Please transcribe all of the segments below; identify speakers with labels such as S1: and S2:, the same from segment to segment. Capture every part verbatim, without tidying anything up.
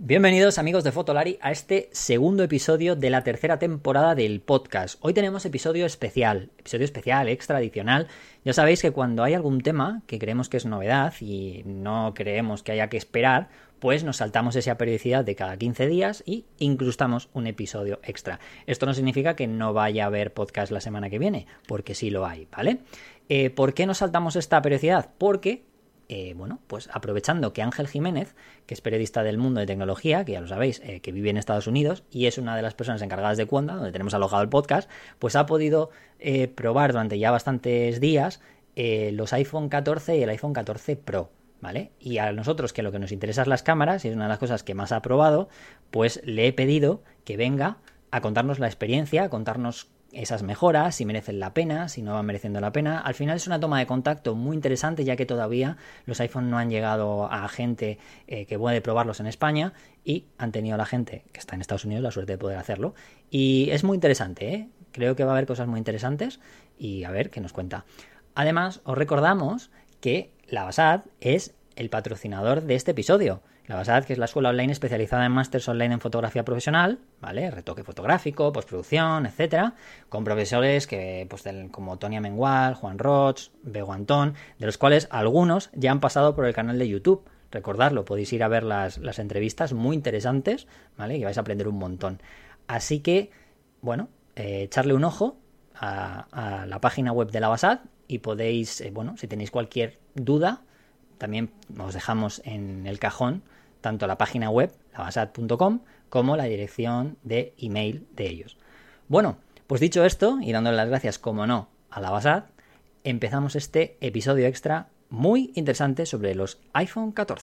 S1: Bienvenidos amigos de Fotolari a este segundo episodio de la tercera temporada del podcast. Hoy tenemos episodio especial, episodio especial, extra, adicional. Ya sabéis que cuando hay algún tema que creemos que es novedad y no creemos que haya que esperar, pues nos saltamos esa periodicidad de cada quince días y incrustamos un episodio extra. Esto no significa que no vaya a haber podcast la semana que viene, porque sí lo hay, ¿vale? Eh, ¿Por qué nos saltamos esta periodicidad? Porque... Eh, bueno, pues aprovechando que Ángel Jiménez, que es periodista del mundo de tecnología, que ya lo sabéis, eh, que vive en Estados Unidos y es una de las personas encargadas de Cuonda, donde tenemos alojado el podcast, pues ha podido eh, probar durante ya bastantes días eh, los iPhone catorce y el iPhone catorce Pro, ¿vale? Y a nosotros, que lo que nos interesa es las cámaras, y es una de las cosas que más ha probado, pues le he pedido que venga a contarnos la experiencia, a contarnos esas mejoras, si merecen la pena, si no van mereciendo la pena. Al final es una toma de contacto muy interesante, ya que todavía los iPhone no han llegado a gente eh, que puede probarlos en España y han tenido la gente que está en Estados Unidos la suerte de poder hacerlo. Y es muy interesante, ¿eh? Creo que va a haber cosas muy interesantes y a ver qué nos cuenta. Además, os recordamos que Lavasad es el patrocinador de este episodio. Lavasad, que es la escuela online especializada en másters online en fotografía profesional, ¿vale? Retoque fotográfico, postproduccción, etcétera, con profesores que, pues, del, como Tony Amengual, Juan Roch, Bego Antón, de los cuales algunos ya han pasado por el canal de YouTube. Recordadlo, podéis ir a ver las, las entrevistas muy interesantes, ¿vale? Y vais a aprender un montón. Así que, bueno, eh, echarle un ojo a, a la página web de Lavasad y podéis, eh, bueno, si tenéis cualquier duda, también os dejamos en el cajón tanto la página web, lavasad punto com, como la dirección de email de ellos. Bueno, pues dicho esto, y dándole las gracias, como no, a Lavasad, empezamos este episodio extra muy interesante sobre los iPhone catorce.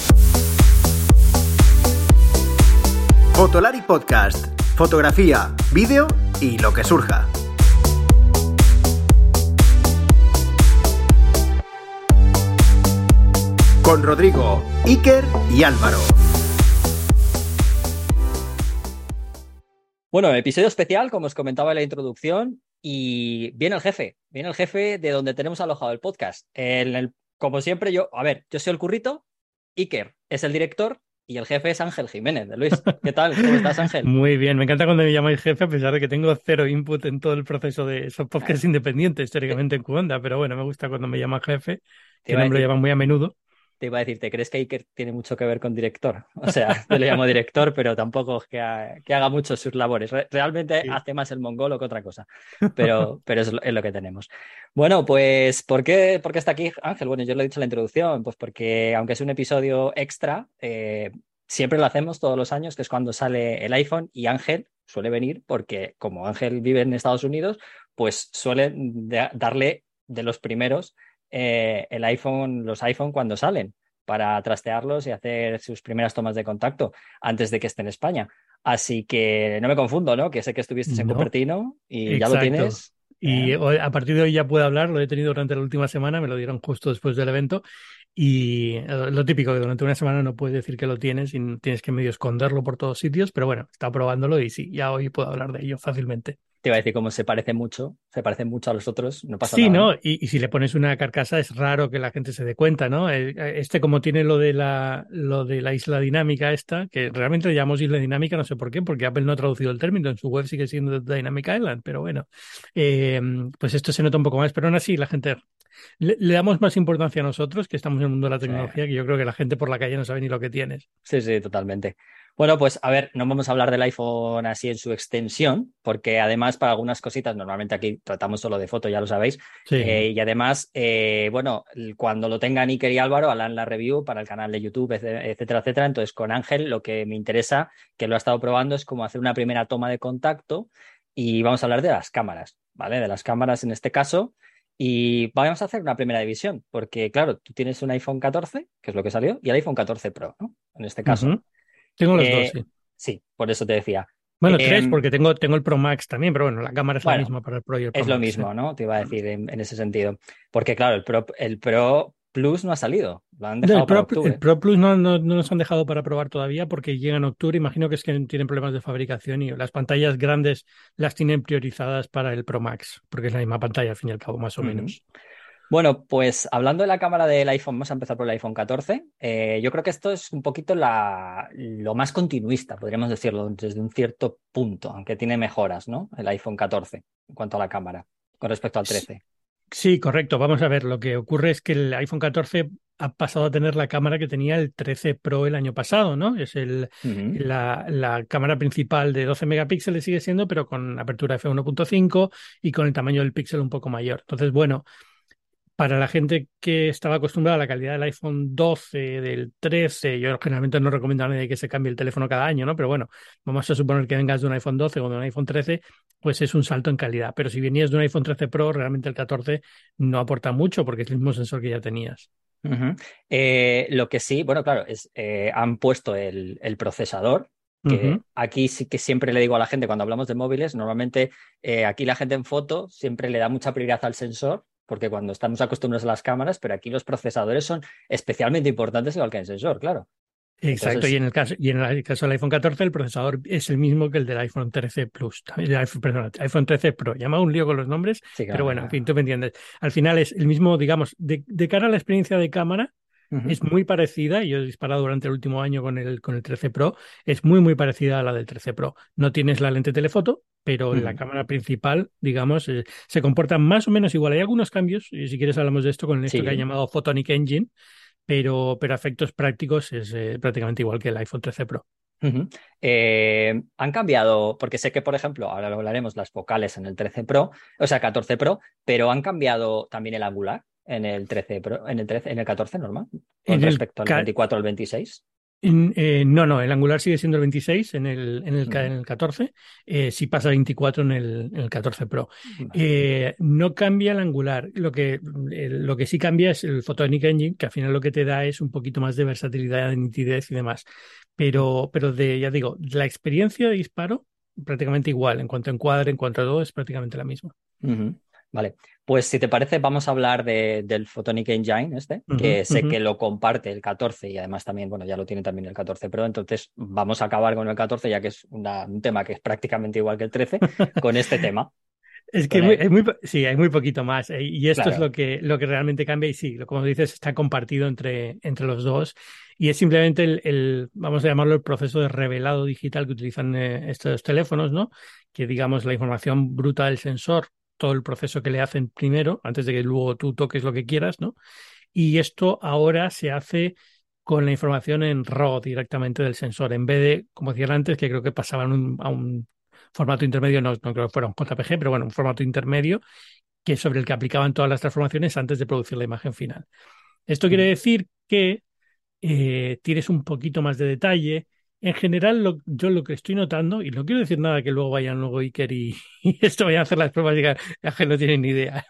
S2: Fotolari Podcast. Fotografía, vídeo y lo que surja. Con Rodrigo, Iker y Álvaro.
S1: Bueno, episodio especial, como os comentaba en la introducción, y viene el jefe, viene el jefe de donde tenemos alojado el podcast. En el, como siempre, yo, a ver, yo soy el currito, Iker es el director y el jefe es Ángel Jiménez, de Luis. ¿Qué tal? ¿Cómo estás, Ángel?
S3: Muy bien, me encanta cuando me llamáis jefe, a pesar de que tengo cero input en todo el proceso de esos podcasts independientes, teóricamente en Cuonda, pero bueno, me gusta cuando me llaman jefe, que no me lo llaman muy a menudo.
S1: Te iba a decir, ¿te crees que Iker tiene mucho que ver con director? O sea, yo le llamo director, pero tampoco es que, ha, que haga mucho sus labores. Realmente sí. Hace más el mongolo que otra cosa, pero, pero es, lo, es lo que tenemos. Bueno, pues, ¿por qué, ¿por qué está aquí Ángel? Bueno, yo lo he dicho en la introducción, pues porque aunque es un episodio extra, eh, siempre lo hacemos todos los años, que es cuando sale el iPhone, y Ángel suele venir porque como Ángel vive en Estados Unidos, pues suele de, darle de los primeros Eh, el iPhone, los iPhone cuando salen, para trastearlos y hacer sus primeras tomas de contacto antes de que esté en España. Así que no me confundo, ¿no? Que sé que estuviste en
S3: No.
S1: Cupertino y
S3: Exacto.
S1: Ya lo tienes.
S3: Y
S1: eh.
S3: hoy, a partir de hoy ya puedo hablar, lo he tenido durante la última semana, me lo dieron justo después del evento. Y lo típico, que durante una semana no puedes decir que lo tienes y tienes que medio esconderlo por todos sitios, pero bueno, está probándolo y sí, ya hoy puedo hablar de ello fácilmente.
S1: Te iba a decir, como se parece mucho, se parece mucho a los otros, no pasa
S3: sí,
S1: nada.
S3: ¿no? Y, y si le pones una carcasa es raro que la gente se dé cuenta, ¿no? Este, como tiene lo de la lo de la isla dinámica esta, que realmente le llamamos isla dinámica, no sé por qué, porque Apple no ha traducido el término, en su web sigue siendo Dynamic Island, pero bueno, eh, pues esto se nota un poco más, pero aún así la gente... Le, le damos más importancia a nosotros, que estamos en el mundo de la tecnología, sí. Que yo creo que la gente por la calle no sabe ni lo que tienes.
S1: Sí, sí, totalmente. Bueno, pues a ver, no vamos a hablar del iPhone así en su extensión, porque además para algunas cositas, normalmente aquí tratamos solo de foto, ya lo sabéis,
S3: sí.
S1: eh, y además, eh, bueno, cuando lo tengan Iker y Álvaro, harán la review para el canal de YouTube, etcétera, etcétera. Entonces, con Ángel lo que me interesa, que lo ha estado probando, es como hacer una primera toma de contacto y vamos a hablar de las cámaras, ¿vale? De las cámaras en este caso. Y vamos a hacer una primera división, porque claro, tú tienes un iPhone catorce, que es lo que salió, y el iPhone catorce Pro, ¿no? En este caso.
S3: Uh-huh. Tengo los
S1: eh,
S3: dos, sí.
S1: Sí, por eso te decía.
S3: Bueno,
S1: eh,
S3: tres, porque tengo, tengo el Pro Max también, pero bueno, la cámara es
S1: bueno,
S3: la misma para el Pro y el Pro
S1: es
S3: Max.
S1: lo mismo,
S3: ¿eh?
S1: ¿no? Te iba a decir en, en ese sentido. Porque claro, el Pro, el Pro Plus no ha salido, lo han dejado
S3: el
S1: para
S3: Pro,
S1: octubre.
S3: El Pro Plus no, no, no nos han dejado para probar todavía porque llega en octubre. Imagino que es que tienen problemas de fabricación y las pantallas grandes las tienen priorizadas para el Pro Max, porque es la misma pantalla al fin y al cabo, más o uh-huh. menos.
S1: Bueno, pues hablando de la cámara del iPhone, vamos a empezar por el iPhone catorce. Eh, yo creo que esto es un poquito la, lo más continuista, podríamos decirlo, desde un cierto punto, aunque tiene mejoras, ¿no? El iPhone catorce en cuanto a la cámara con respecto al trece.
S3: Sí, correcto. Vamos a ver, lo que ocurre es que el iPhone catorce ha pasado a tener la cámara que tenía el trece Pro el año pasado, ¿no? Es el,
S1: Ujú.
S3: la, la cámara principal de doce megapíxeles sigue siendo, pero con apertura f uno punto cinco y con el tamaño del píxel un poco mayor. Entonces, bueno, para la gente que estaba acostumbrada a la calidad del iPhone doce, del trece, yo generalmente no recomiendo a nadie que se cambie el teléfono cada año, ¿no? Pero bueno, vamos a suponer que vengas de un iPhone doce o de un iPhone trece, pues es un salto en calidad. Pero si venías de un iPhone trece Pro, realmente el catorce no aporta mucho porque es el mismo sensor que ya tenías.
S1: Ujú. Eh, lo que sí, bueno, claro, es eh, han puesto el, el procesador,
S3: Ujú.
S1: que aquí sí que siempre le digo a la gente cuando hablamos de móviles, normalmente eh, aquí la gente en foto siempre le da mucha prioridad al sensor, porque cuando estamos acostumbrados a las cámaras, pero aquí los procesadores son especialmente importantes igual que el sensor, claro.
S3: Exacto, y
S1: Entonces,
S3: en el caso, y en el caso del iPhone catorce, el procesador es el mismo que el del iPhone trece Plus, también, el iPhone, perdón, iPhone trece Pro. Llama un lío con los nombres,
S1: sí,
S3: pero
S1: claro,
S3: bueno, en fin,
S1: claro.
S3: tú me entiendes. Al final es el mismo, digamos, de, de cara a la experiencia de cámara,
S1: Ujú,
S3: es muy parecida. Yo he disparado durante el último año con el, con el trece Pro, es muy, muy parecida a la del trece Pro. No tienes la lente telefoto, pero la
S1: ujú.
S3: cámara principal, digamos, eh, se comporta más o menos igual. Hay algunos cambios, y si quieres hablamos de esto con esto que han
S1: Sí.
S3: llamado Photonic Engine, pero, pero a efectos prácticos es eh, prácticamente igual que el iPhone trece Pro.
S1: Ujú. Eh, han cambiado, porque sé que, por ejemplo, ahora lo hablaremos, las focales en el trece Pro, o sea, catorce Pro, pero han cambiado también el angular en el trece Pro, en el trece, en el catorce normal, con
S3: En el,
S1: respecto al
S3: ca-
S1: veinticuatro al veintiséis.
S3: en, eh, no, no, el Angular sigue siendo el veintiséis en el, en el, ca-
S1: Ujú.
S3: en el catorce, eh, sí pasa a veinticuatro en el, en el catorce Pro.
S1: Vale.
S3: Eh, no cambia el Angular, lo que, eh, lo que sí cambia es el Photonic Engine, que al final lo que te da es un poquito más de versatilidad, de nitidez y demás. Pero, pero de, ya digo, la experiencia de disparo prácticamente igual, en cuanto a encuadre, en cuanto a todo, es prácticamente la misma.
S1: Ujú. Vale, pues si te parece, vamos a hablar de- del Photonic Engine este,
S3: Ujú,
S1: que sé
S3: ujú.
S1: que lo comparte el catorce y además también, bueno, ya lo tiene también el catorce Pro, entonces vamos a acabar con el catorce ya que es una- un tema que es prácticamente igual que el trece, con este tema.
S3: Es que
S1: Con
S3: muy,
S1: el-
S3: es muy, po- sí, hay muy poquito más. eh, Y esto es
S1: claro.
S3: lo que, lo que realmente cambia. Y sí, lo- como dices, está compartido entre, entre los dos. Y es simplemente el, el, vamos a llamarlo el proceso de revelado digital que utilizan eh, estos teléfonos, ¿no? Que digamos la información bruta del sensor, todo el proceso que le hacen primero, antes de que luego tú toques lo que quieras, ¿no? Y esto ahora se hace con la información en RAW directamente del sensor, en vez de, como decía antes, que creo que pasaban un- a un formato intermedio, no, no creo que fuera un J P G, pero bueno, un formato intermedio que sobre el que aplicaban todas las transformaciones antes de producir la imagen final. Esto quiere
S1: Ujú.
S3: decir que eh, tienes un poquito más de detalle. En general, lo- yo lo que estoy notando, y no quiero decir nada que luego vayan luego Iker y, y esto vayan a hacer las pruebas y digan, "Ah, que no tienen ni idea".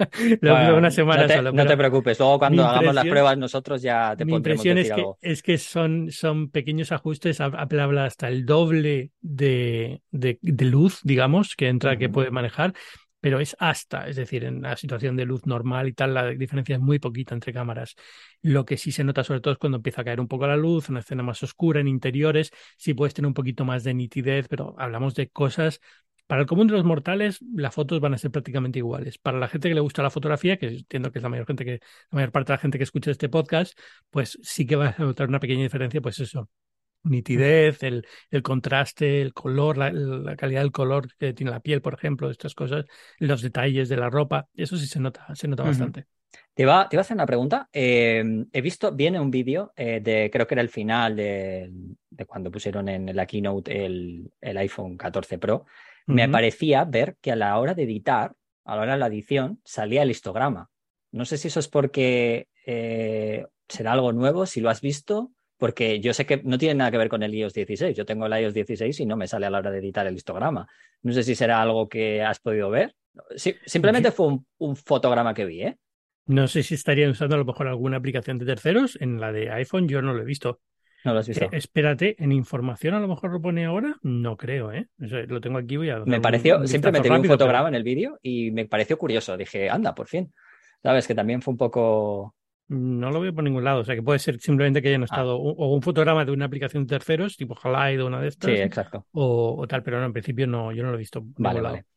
S3: Lo pruebo
S1: Bueno,
S3: una
S1: no
S3: semana
S1: te,
S3: solo,
S1: no te
S3: pero
S1: preocupes. Luego
S3: mi
S1: cuando hagamos las
S3: impresión
S1: pruebas nosotros ya te
S3: mi
S1: podremos
S3: impresión es
S1: decir
S3: que,
S1: algo.
S3: es que son, son pequeños ajustes. Ha- Apple habla hasta el doble de, de, de luz, digamos, que entra, que
S1: Ujú,
S3: puede manejar, pero es hasta, es decir, en la situación de luz normal y tal, la diferencia es muy poquita entre cámaras. Lo que sí se nota sobre todo es cuando empieza a caer un poco la luz, una escena más oscura, en interiores, sí puedes tener un poquito más de nitidez, pero hablamos de cosas. Para el común de los mortales, las fotos van a ser prácticamente iguales. Para la gente que le gusta la fotografía, que entiendo que es la mayor gente que, la mayor parte de la gente que escucha este podcast, pues sí que vas a notar una pequeña diferencia, pues eso,
S1: ujú,
S3: nitidez, el, el contraste, el color, la, la calidad del color que tiene la piel, por ejemplo, estas cosas, los detalles de la ropa, eso sí se nota, se nota
S1: ujú.
S3: bastante.
S1: Te iba, te iba a hacer una pregunta. Eh, he visto, viene un vídeo eh, de, creo que era el final de, de cuando pusieron en la keynote el, el iPhone catorce Pro. Me
S3: Ujú.
S1: parecía ver que a la hora de editar, a la hora de la edición, salía el histograma. No sé si eso es porque eh, será algo nuevo, si lo has visto, porque yo sé que no tiene nada que ver con el iOS dieciséis. Yo tengo el iOS dieciséis y no me sale a la hora de editar el histograma. No sé si será algo que has podido ver. Sí,
S3: Yo-
S1: simplemente fue un, un fotograma que vi, ¿eh?
S3: no sé si estarían usando a lo mejor alguna aplicación de terceros. En la de iPhone yo no lo he visto.
S1: No lo has
S3: Eh,
S1: visto.
S3: espérate, en información a lo mejor lo pone ahora. No creo, ¿eh? Eso, lo tengo aquí, voy a dar
S1: Me
S3: un,
S1: pareció,
S3: un vistazo
S1: simplemente vi un
S3: rápido, pero
S1: fotograma en el vídeo y me pareció curioso. Dije, anda, por fin. Sabes que también fue un poco.
S3: no lo veo por ningún lado. O sea, que puede ser simplemente que hayan
S1: Ah,
S3: estado o o un fotograma de una aplicación de terceros, tipo Halide o una de
S1: sí,
S3: estas,
S1: exacto.
S3: o, o tal, pero no, en principio no, yo no lo he visto por
S1: Vale,
S3: ningún
S1: vale.
S3: lado.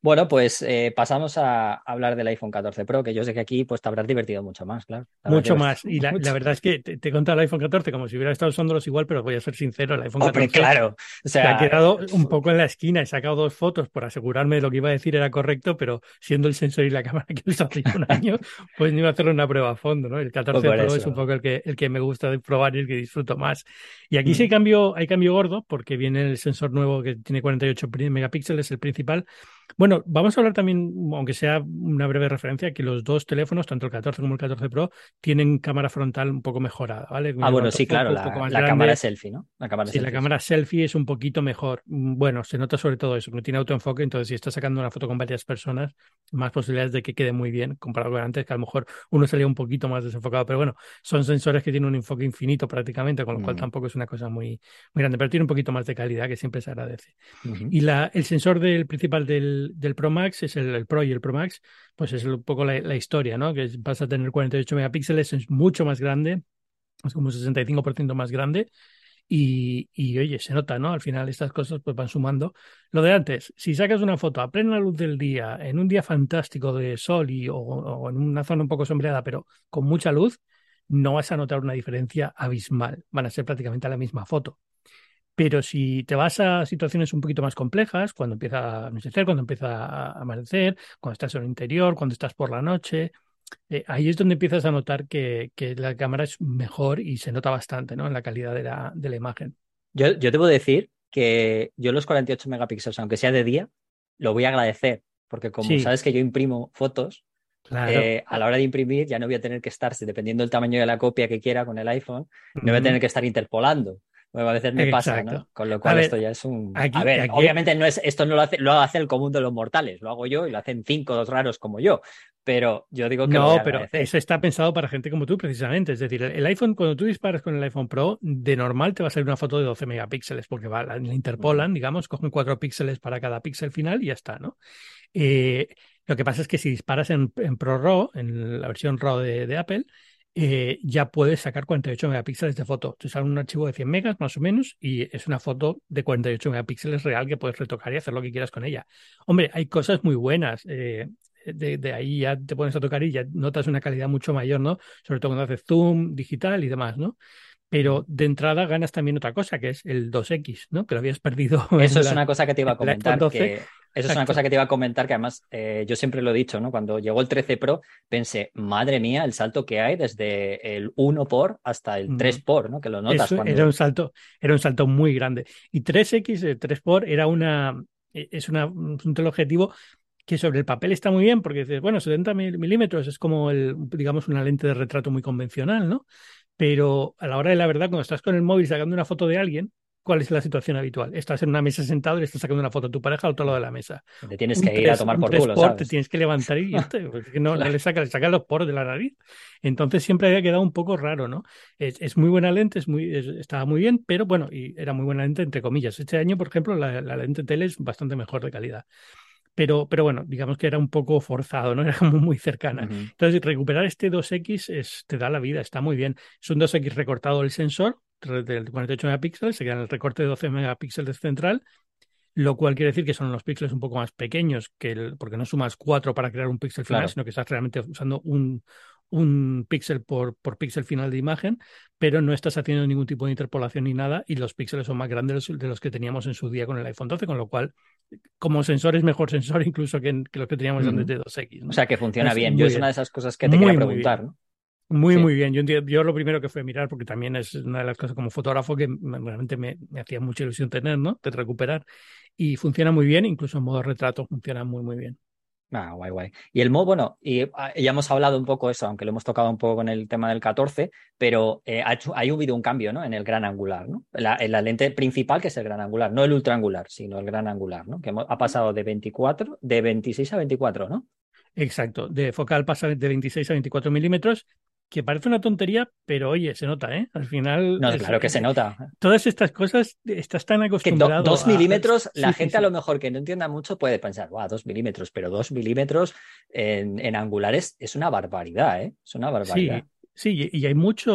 S1: Bueno, pues eh, pasamos a hablar del iPhone catorce Pro, que yo sé que aquí pues te habrás divertido mucho más, claro. Te habrás
S3: Mucho
S1: divertido
S3: más. Y la, la
S1: mucho.
S3: verdad es que te, te he contado el iPhone catorce como si hubiera estado usándolos igual, pero voy a ser sincero, el iPhone
S1: Hombre,
S3: catorce
S1: claro. O
S3: se ha
S1: sea,
S3: quedado un poco en la esquina. He sacado dos fotos por asegurarme de lo que iba a decir era correcto, pero siendo el sensor y la cámara que he usado hace un año, pues no iba a hacer una prueba a fondo, ¿no? El
S1: pues
S3: catorce
S1: por
S3: Pro es un
S1: eso.
S3: poco el que, el que me gusta de probar y el que disfruto más. Y aquí sí hay
S1: Mm.
S3: cambio, hay cambio gordo, porque viene el sensor nuevo que tiene cuarenta y ocho pri- megapíxeles, el principal. Bueno, vamos a hablar también, aunque sea una breve referencia, que los dos teléfonos, tanto el catorce como el catorce Pro, tienen cámara frontal un poco mejorada, ¿vale?
S1: Ah,
S3: Con el
S1: bueno, sí, claro,
S3: autofoco un poco
S1: la,
S3: más
S1: la cámara
S3: grande.
S1: selfie, ¿no? La cámara
S3: Sí, la
S1: selfie, sí.
S3: cámara selfie es un poquito mejor. Mm, Bueno, se nota sobre todo eso, no tiene autoenfoque, entonces si estás sacando una foto con varias personas, más posibilidades de que quede muy bien comparado con antes, que a lo mejor uno salía un poquito más desenfocado. Pero bueno, son sensores que tienen un enfoque infinito prácticamente, con lo cual
S1: Mm,
S3: tampoco es una cosa muy, muy grande, pero tiene un poquito más de calidad que siempre se agradece.
S1: ujú.
S3: Y la, el sensor del principal del, del Pro Max es el, el Pro y el Pro Max, pues es un poco la, la historia, ¿no? Que es- vas a tener cuarenta y ocho megapíxeles, es mucho más grande, es como un sesenta y cinco por ciento más grande. Y, y oye, se nota, ¿no? Al final estas cosas pues van sumando. Lo de antes, si sacas una foto a plena luz del día, en un día fantástico de sol y, o, o en una zona un poco sombreada, pero con mucha luz, no vas a notar una diferencia abismal. Van a ser prácticamente la misma foto. Pero si te vas a situaciones un poquito más complejas, cuando empieza a anochecer, cuando empieza a amanecer, cuando estás en el interior, cuando estás por la noche, eh, ahí es donde empiezas a notar que, que la cámara es mejor y se nota bastante, ¿no? En la calidad de la, de la imagen.
S1: Yo, yo debo decir que yo los cuarenta y ocho megapíxeles, aunque sea de día, lo voy a agradecer, porque como
S3: Sí,
S1: sabes que yo imprimo fotos,
S3: claro.
S1: eh, a la hora de imprimir ya no voy a tener que estar, si dependiendo del tamaño de la copia que quiera con el iPhone, no voy a
S3: Mm,
S1: tener que estar interpolando. Bueno, a veces me pasa, ¿no?
S3: exacto.
S1: Con lo
S3: A
S1: cual esto
S3: ver,
S1: ya es un... A
S3: aquí,
S1: ver,
S3: aquí,
S1: obviamente no es, esto no lo hace, lo hace el común de los mortales, lo hago yo y lo hacen cinco dos raros como yo, pero yo digo que lo voy a
S3: no, pero
S1: agradecer.
S3: eso está pensado para gente como tú, precisamente. Es decir, el, el iPhone, cuando tú disparas con el iPhone Pro, de normal te va a salir una foto de doce megapíxeles, porque va, la, la
S1: Ujú.
S3: interpolan, digamos, cogen cuatro píxeles para cada píxel final y ya está, ¿no? Eh, lo que pasa es que si disparas en, en ProRAW, en la versión RAW de, de Apple, eh, ya puedes sacar cuarenta y ocho megapíxeles de foto. Te sale un archivo de cien megas más o menos y es una foto de cuarenta y ocho megapíxeles real que puedes retocar y hacer lo que quieras con ella. Hombre, hay cosas muy buenas. eh, de, de ahí ya te pones a tocar y ya notas una calidad mucho mayor, ¿no? Sobre todo cuando haces zoom digital y demás, ¿no? Pero de entrada ganas también otra cosa, que es el dos equis, ¿no? Que lo habías perdido
S1: Eso
S3: en,
S1: es
S3: la,
S1: una cosa que te iba
S3: en
S1: a
S3: el iPhone
S1: comentar,
S3: doce.
S1: que eso es una cosa
S3: Exacto.
S1: que te iba a comentar, que además eh, yo siempre lo he dicho, ¿no? Cuando llegó el trece Pro, pensé, madre mía, el salto que hay desde el uno por hasta el tres
S3: Mm.
S1: por, ¿no? Que lo notas
S3: Eso era un
S1: cuando...
S3: salto, era un salto muy grande. Y tres equis, eh, tres por, era una, eh, es una, un teleobjetivo que sobre el papel está muy bien, porque dices, bueno, setenta mil- milímetros es como el, digamos, una lente de retrato muy convencional, ¿no? Pero a la hora de la verdad, cuando estás con el móvil sacando una foto de alguien, ¿cuál es la situación habitual? Estás en una mesa sentado y le estás sacando una foto a tu pareja al otro lado de la mesa.
S1: Te tienes
S3: Un
S1: que ir a
S3: tres
S1: tomar
S3: un
S1: por
S3: tres
S1: culo,
S3: por te
S1: ¿sabes?
S3: tienes que levantar y irte, porque no, no
S1: Claro.
S3: le saca, le saca los poros de la nariz. Entonces siempre había quedado un poco raro, ¿no? Es, es muy buena lente, es muy, es- estaba muy bien, pero bueno, y era muy buena lente entre comillas. Este año, por ejemplo, la, la lente tele es bastante mejor de calidad. Pero, pero bueno, digamos que era un poco forzado, ¿no? Era como muy cercana.
S1: Ujú.
S3: Entonces, recuperar este dos equis es, te da la vida, está muy bien. Es un dos equis recortado el sensor re- del cuarenta y ocho megapíxeles, se queda en el recorte de doce megapíxeles central, lo cual quiere decir que son los píxeles un poco más pequeños, que el, porque no sumas cuatro para crear un píxel final,
S1: Claro.
S3: sino que estás realmente usando un, un píxel por, por píxel final de imagen, pero no estás haciendo ningún tipo de interpolación ni nada, y los píxeles son más grandes de los que teníamos en su día con el iPhone doce, con lo cual como sensor es mejor sensor incluso que, en- que los que teníamos antes
S1: Ujú.
S3: de dos equis,
S1: O
S3: ¿no?
S1: sea, que funciona
S3: Entonces,
S1: bien. Yo
S3: muy
S1: es una de
S3: bien,
S1: esas cosas que te quería
S3: muy, muy
S1: preguntar,
S3: bien.
S1: ¿no?
S3: Muy,
S1: Sí.
S3: muy bien. Yo, enti- yo lo primero que fue mirar, porque también es una de las cosas como fotógrafo que me- realmente me, me hacía mucha ilusión tener, ¿no? De recuperar. Y funciona muy bien, incluso en modo retrato funciona muy, muy bien.
S1: Ah, guay, guay. Y el modo, bueno, y ah, ya hemos hablado un poco eso, aunque lo hemos tocado un poco con el tema del catorce, pero eh, ha, hecho- ha habido un cambio, ¿no? En el gran angular, ¿no? La, en la lente principal, que es el gran angular, no el ultra angular, sino el gran angular, ¿no? Que hemos- ha pasado de veinticuatro, de veintiséis a veinticuatro, ¿no?
S3: Exacto. De focal pasa de veintiséis a veinticuatro milímetros, que parece una tontería, pero oye, se nota, ¿eh? Al final,
S1: No,
S3: es,
S1: claro que se
S3: eh,
S1: nota.
S3: todas estas cosas, eh, estás tan
S1: Que do-
S3: acostumbrado
S1: dos
S3: a...
S1: milímetros, la
S3: Sí, sí,
S1: gente a lo
S3: sí.
S1: mejor que no entienda mucho puede pensar, guau, dos milímetros, pero dos milímetros en, en angulares es una barbaridad, ¿eh? Es una barbaridad.
S3: Sí, sí, y y hay mucho.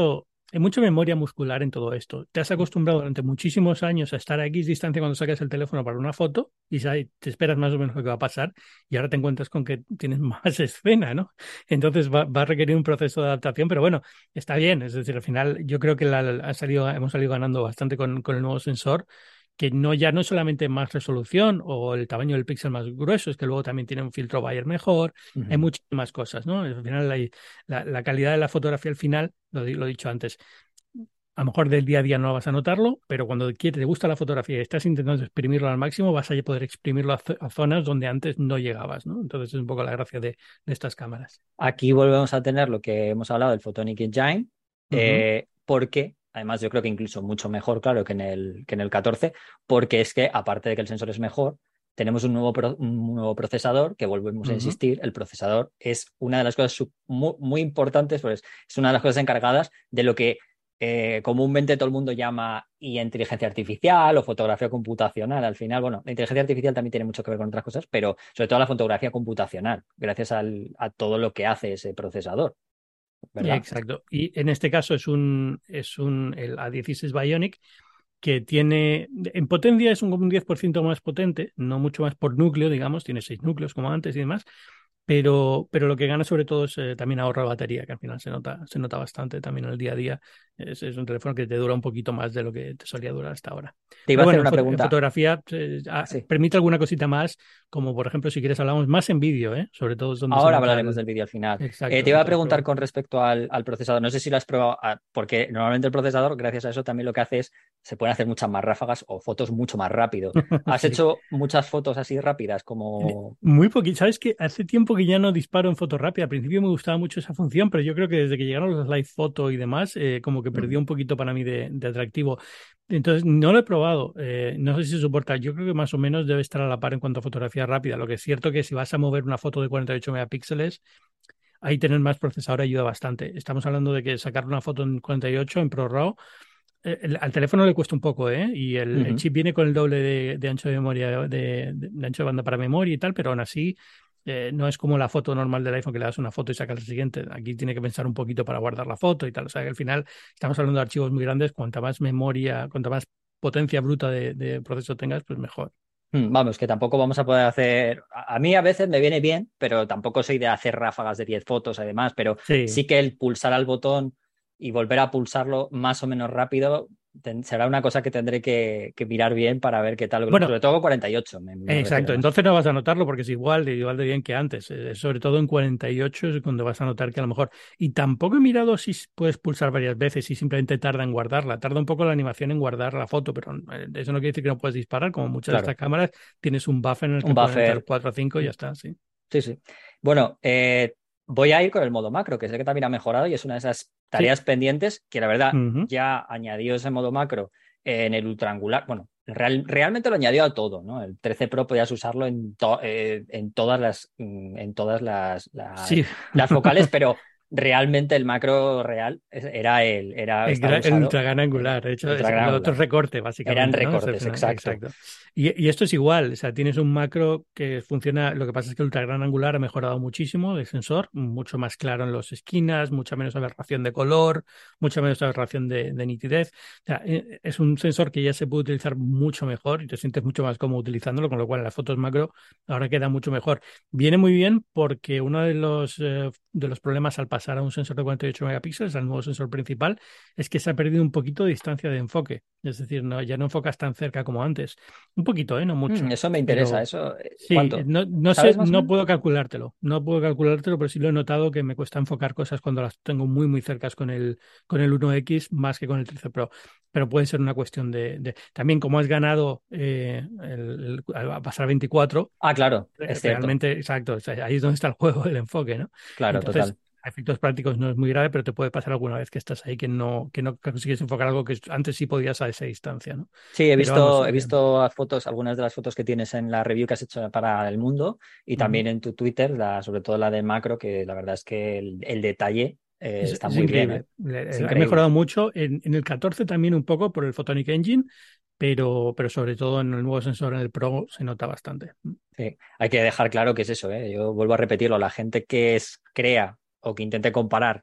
S3: hay mucha memoria muscular en todo esto. Te has acostumbrado durante muchísimos años a estar a X distancia cuando sacas el teléfono para una foto y sabes- te esperas más o menos lo que va a pasar y ahora te encuentras con que tienes más escena, ¿no? Entonces va, va a requerir un proceso de adaptación, pero bueno, está bien. Es decir, al final yo creo que la, la- ha salido, hemos salido ganando bastante con, con el nuevo sensor, que no ya no es solamente más resolución o el tamaño del píxel más grueso, es que luego también tiene un filtro Bayer mejor, hay
S1: Ujú.
S3: muchísimas cosas, ¿no? Al final hay- la, la calidad de la fotografía al final, lo, di- lo he dicho antes, a lo mejor del día a día no vas a notarlo, pero cuando quieres, te gusta la fotografía y estás intentando exprimirlo al máximo, vas a poder exprimirlo a, zo- a zonas donde antes no llegabas, ¿no? Entonces es un poco la gracia de, de estas cámaras.
S1: Aquí volvemos a tener lo que hemos hablado del Photonic Engine,
S3: Ujú,
S1: eh, porque, además yo creo que incluso mucho mejor, claro, que en el, que en el catorce, porque es que, aparte de que el sensor es mejor, tenemos un nuevo, pro- un nuevo procesador, que volvemos a
S3: ujú.
S1: insistir, el procesador es una de las cosas sub- muy, muy importantes, pues es una de las cosas encargadas de lo que eh, comúnmente todo el mundo llama y inteligencia artificial o fotografía computacional. Al final, bueno, la inteligencia artificial también tiene mucho que ver con otras cosas, pero sobre todo la fotografía computacional, gracias al- a todo lo que hace ese procesador, ¿verdad?
S3: Exacto. Y en este caso es un, es un el A dieciséis Bionic que tiene, en potencia es un, un diez por ciento más potente, no mucho más por núcleo, digamos, tiene seis núcleos como antes y demás, pero, pero lo que gana sobre todo es eh, también ahorro de batería, que al final se nota, se nota bastante también en el día a día. Es, es un teléfono que te dura un poquito más de lo que te solía durar hasta ahora.
S1: Te iba a
S3: Pero
S1: hacer
S3: bueno, en,
S1: una
S3: foto- en
S1: pregunta.
S3: fotografía eh, ah,
S1: Sí.
S3: permite alguna cosita más, como por ejemplo, si quieres hablamos más en vídeo, ¿eh? Sobre todo es donde se
S1: Ahora
S3: nota
S1: hablaremos
S3: el...
S1: del vídeo al final. Eh, te
S3: Exacto,
S1: iba a
S3: eso es
S1: preguntar
S3: pro-
S1: con respecto al, al procesador. No sé si lo has probado, ah, porque normalmente el procesador, gracias a eso, también lo que hace es se pueden hacer muchas más ráfagas o fotos mucho más rápido. ¿Has
S3: Sí.
S1: hecho muchas fotos así rápidas
S3: Eh,
S1: como...
S3: Muy poquito. ¿Sabes qué? Hace tiempo que ya no disparo en foto rápida. Al principio me gustaba mucho esa función, pero yo creo que desde que llegaron los live photo y demás, eh, como que perdió
S1: Mm.
S3: un poquito para mí de, de atractivo. Entonces, no lo he probado. Eh, no sé si se soporta. Yo creo que más o menos debe estar a la par en cuanto a fotografía rápida. Lo que es cierto que si vas a mover una foto de cuarenta y ocho megapíxeles, ahí tener más procesador ayuda bastante. Estamos hablando de que sacar una foto en cuarenta y ocho en ProRAW eh, el- al teléfono le cuesta un poco, ¿eh? Y el, el
S1: Ujú.
S3: chip viene con el doble de, de ancho de memoria, de, de- de ancho de banda para memoria y tal, pero aún así eh, no es como la foto normal del iPhone que le das una foto y sacas la siguiente. Aquí tiene que pensar un poquito para guardar la foto y tal. O sea que al final estamos hablando de archivos muy grandes. Cuanta más memoria, cuanta más potencia bruta de, de proceso tengas, pues mejor.
S1: Mm, Vamos, que tampoco vamos a poder hacer. A a mí a veces me viene bien, pero tampoco soy de hacer ráfagas de diez fotos además, pero
S3: Sí.
S1: sí que el pulsar al botón y volver a pulsarlo más o menos rápido ten- será una cosa que tendré que, que mirar bien para ver qué tal.
S3: Bueno,
S1: Sobre todo con cuarenta y ocho, me, me refiero
S3: exacto,
S1: más.
S3: entonces no vas a notarlo porque es igual, de- igual de bien que antes. Eh, sobre todo en cuarenta y ocho es cuando vas a notar que a lo mejor. Y tampoco he mirado si s- puedes pulsar varias veces y simplemente tarda en guardarla. Tarda un poco la animación en guardar la foto, pero eh, eso no quiere decir que no puedes disparar. Como muchas de estas
S1: Claro,
S3: cámaras, tienes un buffer en el
S1: un
S3: que pueden
S1: buffer.
S3: entrar cuatro o cinco y ya está, sí.
S1: Sí, sí. Bueno, eh, voy a ir con el modo macro, que sé que también ha mejorado y es una de esas
S3: Sí.
S1: tareas pendientes que la verdad
S3: Ujú.
S1: ya añadió ese modo macro en el ultraangular. Bueno, real- realmente lo añadió a todo, ¿no? El trece Pro podías usarlo en, to- eh, en todas las, mm, en todas las, las,
S3: Sí.
S1: las focales, pero realmente el macro real es- era el, era,
S3: El,
S1: estaba
S3: gra- el
S1: usado
S3: ultra gran
S1: el,
S3: angular, de
S1: el
S3: hecho,
S1: ultra
S3: es,
S1: gran
S3: lo otro es
S1: angular.
S3: recorte,
S1: Eran
S3: básicamente, ¿no? Es el
S1: recortes,
S3: final-
S1: exacto.
S3: exacto. Y, y esto es igual, o sea, tienes un macro que funciona, lo que pasa es que el ultra gran angular ha mejorado muchísimo el sensor, mucho más claro en las esquinas, mucha menos aberración de color, mucha menos aberración de, de nitidez. O sea, eh, es un sensor que ya se puede utilizar mucho mejor y te sientes mucho más cómodo utilizándolo, con lo cual en las fotos macro ahora queda mucho mejor. Viene muy bien porque uno de los, eh, de los problemas al pasar a un sensor de cuarenta y ocho megapíxeles, al nuevo sensor principal, es que se ha perdido un poquito de distancia de enfoque. Es decir, no, ya no enfocas tan cerca como antes. Un poquito, ¿eh? No
S1: Mm,
S3: mucho.
S1: eso me interesa.
S3: Pero
S1: Eso, eh,
S3: sí,
S1: ¿cuánto?
S3: no, no sé,
S1: ¿Sabes más o
S3: no
S1: menos?
S3: puedo calculártelo. No puedo calculártelo, pero sí lo he notado que me cuesta enfocar cosas cuando las tengo muy, muy cercas con el, con el uno equis más que con el trece Pro. Pero puede ser una cuestión de... de- También como has ganado eh, el, el- a pasar a veinticuatro,
S1: Ah, claro,
S3: eh,
S1: es cierto.
S3: realmente, exacto, o sea, ahí es donde está el juego del enfoque, ¿no?
S1: Claro,
S3: Entonces,
S1: total.
S3: a efectos prácticos no es muy grave, pero te puede pasar alguna vez que estás ahí que no, que no consigues enfocar algo que antes sí podías a esa distancia, ¿no?
S1: Sí, he
S3: Pero vamos,
S1: visto, he
S3: eh,
S1: visto fotos, algunas de las fotos que tienes en la review que has hecho para El Mundo y
S3: ujú.
S1: también en tu Twitter, la, sobre todo la de macro, que la verdad es que el, el detalle eh,
S3: Es,
S1: está
S3: es
S1: muy bien, ¿eh?
S3: increíble. Le-
S1: Es
S3: eh, Ha
S1: increíble.
S3: mejorado mucho. En, en el catorce también un poco por el Photonic Engine, pero, pero sobre todo en el nuevo sensor, en el Pro, se nota bastante.
S1: Sí. Hay que dejar claro que es eso, ¿eh? Yo vuelvo a repetirlo, la gente que es, crea o que intente comparar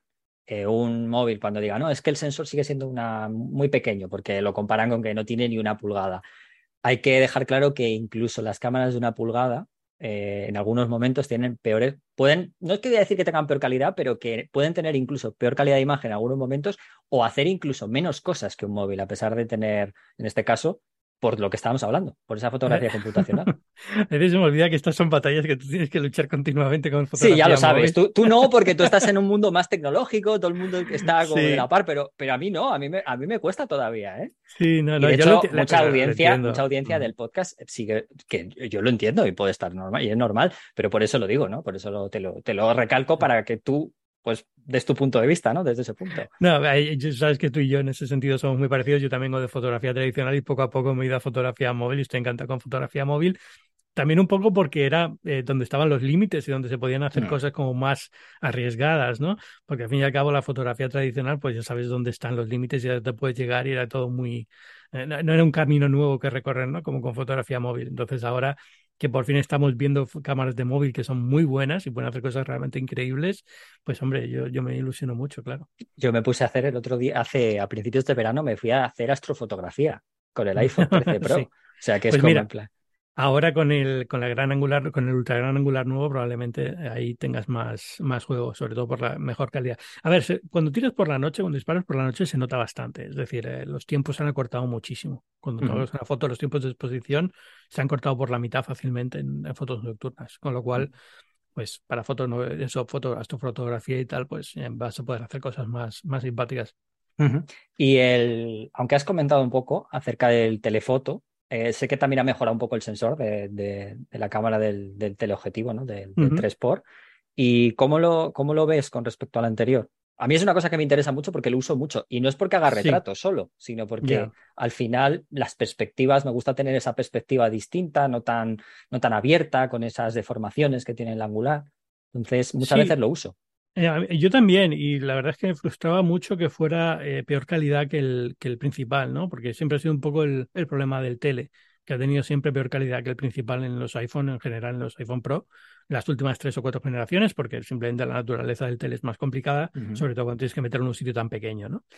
S1: eh, un móvil cuando diga, no, es que el sensor sigue siendo una, muy pequeño porque lo comparan con que no tiene ni una pulgada. Hay que dejar claro que incluso las cámaras de una pulgada eh, en algunos momentos tienen peores, pueden, no es que voy a decir que tengan peor calidad, pero que pueden tener incluso peor calidad de imagen en algunos momentos o hacer incluso menos cosas que un móvil, a pesar de tener, en este caso, por lo que estábamos hablando, por esa fotografía computacional.
S3: A veces se me olvida que estas son batallas que tú tienes que luchar continuamente con
S1: Sí, ya lo
S3: fotografía
S1: sabes.
S3: móvil.
S1: Tú, tú no, porque tú estás en un mundo más tecnológico, todo el mundo está como de la
S3: Sí,
S1: par, pero, pero a mí no, a mí me, a mí me cuesta todavía, ¿eh?
S3: sí, no,
S1: Y
S3: no,
S1: de
S3: yo lo,
S1: hecho,
S3: enti-
S1: mucha
S3: pero lo
S1: audiencia, mucha
S3: entiendo.
S1: audiencia
S3: Mm.
S1: del podcast sigue, que yo lo entiendo y puede estar normal, y es normal, pero por eso lo digo, ¿no? Por eso lo- te lo, te lo recalco para que tú, pues, des tu punto de vista, ¿no? Desde ese punto.
S3: No, ahí- yo- sabes que tú y yo en ese sentido somos muy parecidos. Yo también vengo de fotografía tradicional y poco a poco me he ido a fotografía móvil y estoy encantado con fotografía móvil. También un poco porque era eh, donde estaban los límites y donde se podían hacer
S1: Mm.
S3: cosas como más arriesgadas, ¿no? Porque al fin y al cabo la fotografía tradicional, pues ya sabes dónde están los límites y ya te puedes llegar y era todo muy... eh, no, no era un camino nuevo que recorrer, ¿no? Como con fotografía móvil. Entonces ahora que por fin estamos viendo f- cámaras de móvil que son muy buenas y pueden hacer cosas realmente increíbles, pues hombre, yo, yo me ilusiono mucho, claro.
S1: Yo me puse a hacer el otro día, hace, a principios de verano, me fui a hacer astrofotografía con el iPhone trece Pro.
S3: Sí.
S1: O sea, que es
S3: Pues
S1: como en
S3: mira,
S1: plan.
S3: ahora con el, con la gran angular, con el ultra gran angular nuevo, probablemente ahí tengas más, más juego, sobre todo por la mejor calidad. A ver, se- cuando tiras por la noche, cuando disparas por la noche, se nota bastante. Es decir, eh, los tiempos se han acortado muchísimo. Cuando
S1: Ujú.
S3: tomas una foto, los tiempos de exposición se han cortado por la mitad fácilmente en, en fotos nocturnas. Con lo cual, pues para fotos, no- eso, foto, astrofotografía y tal, pues eh, vas a poder hacer cosas más, más simpáticas.
S1: Ujú. Y el, aunque has comentado un poco acerca del telefoto, eh, sé que también ha mejorado un poco el sensor de, de- de la cámara del, del teleobjetivo, ¿no? Del, del
S3: Ujú.
S1: tres por. ¿Y cómo lo, cómo lo ves con respecto al anterior? A mí es una cosa que me interesa mucho porque lo uso mucho. Y no es porque haga
S3: Sí,
S1: retratos solo, sino porque
S3: ya.
S1: al final las perspectivas, me gusta tener esa perspectiva distinta, no tan, no tan abierta, con esas deformaciones que tiene el angular. Entonces, muchas veces
S3: Sí,
S1: lo uso.
S3: Eh, a mí- yo también, y la verdad es que me frustraba mucho que fuera eh, peor calidad que el, que el principal, ¿no? Porque siempre ha sido un poco el, el problema del tele, que ha tenido siempre peor calidad que el principal en los iPhone, en general en los iPhone Pro, las últimas tres o cuatro generaciones, porque simplemente la naturaleza del tele es más complicada,
S1: Ujú.
S3: sobre todo cuando tienes que meterlo en un sitio tan pequeño, ¿no?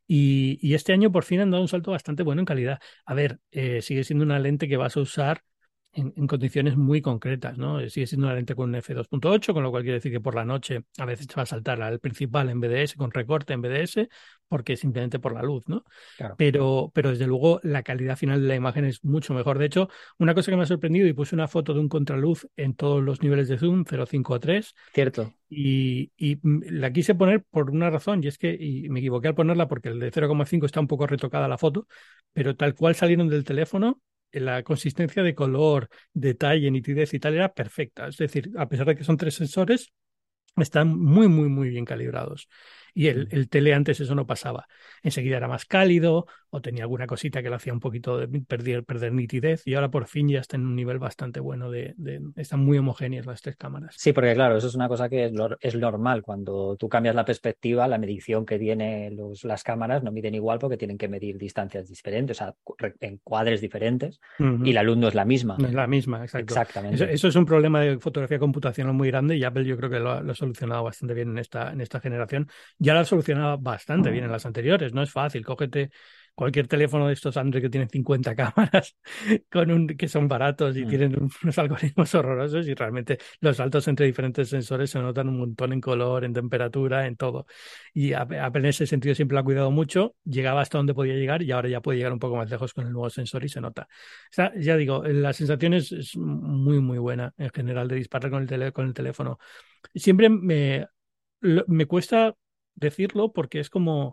S3: Y, y este año por fin han dado un salto bastante bueno en calidad. A ver, eh, sigue siendo una lente que vas a usar en, en condiciones muy concretas, ¿no? Eh, Sigue siendo una lente con un efe dos punto ocho, con lo cual quiere decir que por la noche a veces te va a saltar al principal en B D S, con recorte en B D S, porque simplemente por la luz, ¿no?
S1: Claro.
S3: Pero, pero desde luego la calidad final de la imagen es mucho mejor. De hecho, una cosa que me ha sorprendido, y puse una foto de un contraluz en todos los niveles de zoom, cero coma cinco a tres,
S1: Cierto.
S3: y, y mm, la quise poner por una razón, y es que y me equivoqué al ponerla porque el de cero coma cinco está un poco retocada la foto, pero tal cual salieron del teléfono, eh, la consistencia de color, detalle, nitidez y tal era perfecta. Es decir, a pesar de que son tres sensores, están muy, muy, muy bien calibrados. Y el,
S1: Mm.
S3: el tele antes eso no pasaba. Enseguida era más cálido o tenía alguna cosita que lo hacía un poquito de perder, perder nitidez, y ahora por fin ya está en un nivel bastante bueno de, de- están muy homogéneas las tres cámaras.
S1: Sí, porque claro, eso es una cosa que es, lo- es normal. Cuando tú cambias la perspectiva, la medición que tienen los, las cámaras no miden igual porque tienen que medir distancias diferentes, o sea, cu- re- encuadres diferentes, y
S3: Ujú.
S1: la luz no es la misma.
S3: No es la misma, exacto. Eso,
S1: Exactamente.
S3: eso es un problema de fotografía computacional muy grande, y Apple yo creo que lo, ha lo ha solucionado bastante bien en esta, en esta generación. Ya lo ha solucionado bastante bien en las anteriores. No es fácil. Cógete cualquier teléfono de estos Android que tienen cincuenta cámaras, con un, que son baratos y
S1: Mm.
S3: tienen unos algoritmos horrorosos, y realmente los saltos entre diferentes sensores se notan un montón en color, en temperatura, en todo. Y Apple Apple en ese sentido siempre lo ha cuidado mucho. Llegaba hasta donde podía llegar y ahora ya puede llegar un poco más lejos con el nuevo sensor y se nota. O sea, ya digo, la sensación es, es muy, muy buena en general de disparar con el tele- con el teléfono. Siempre me, lo- me cuesta decirlo porque es como,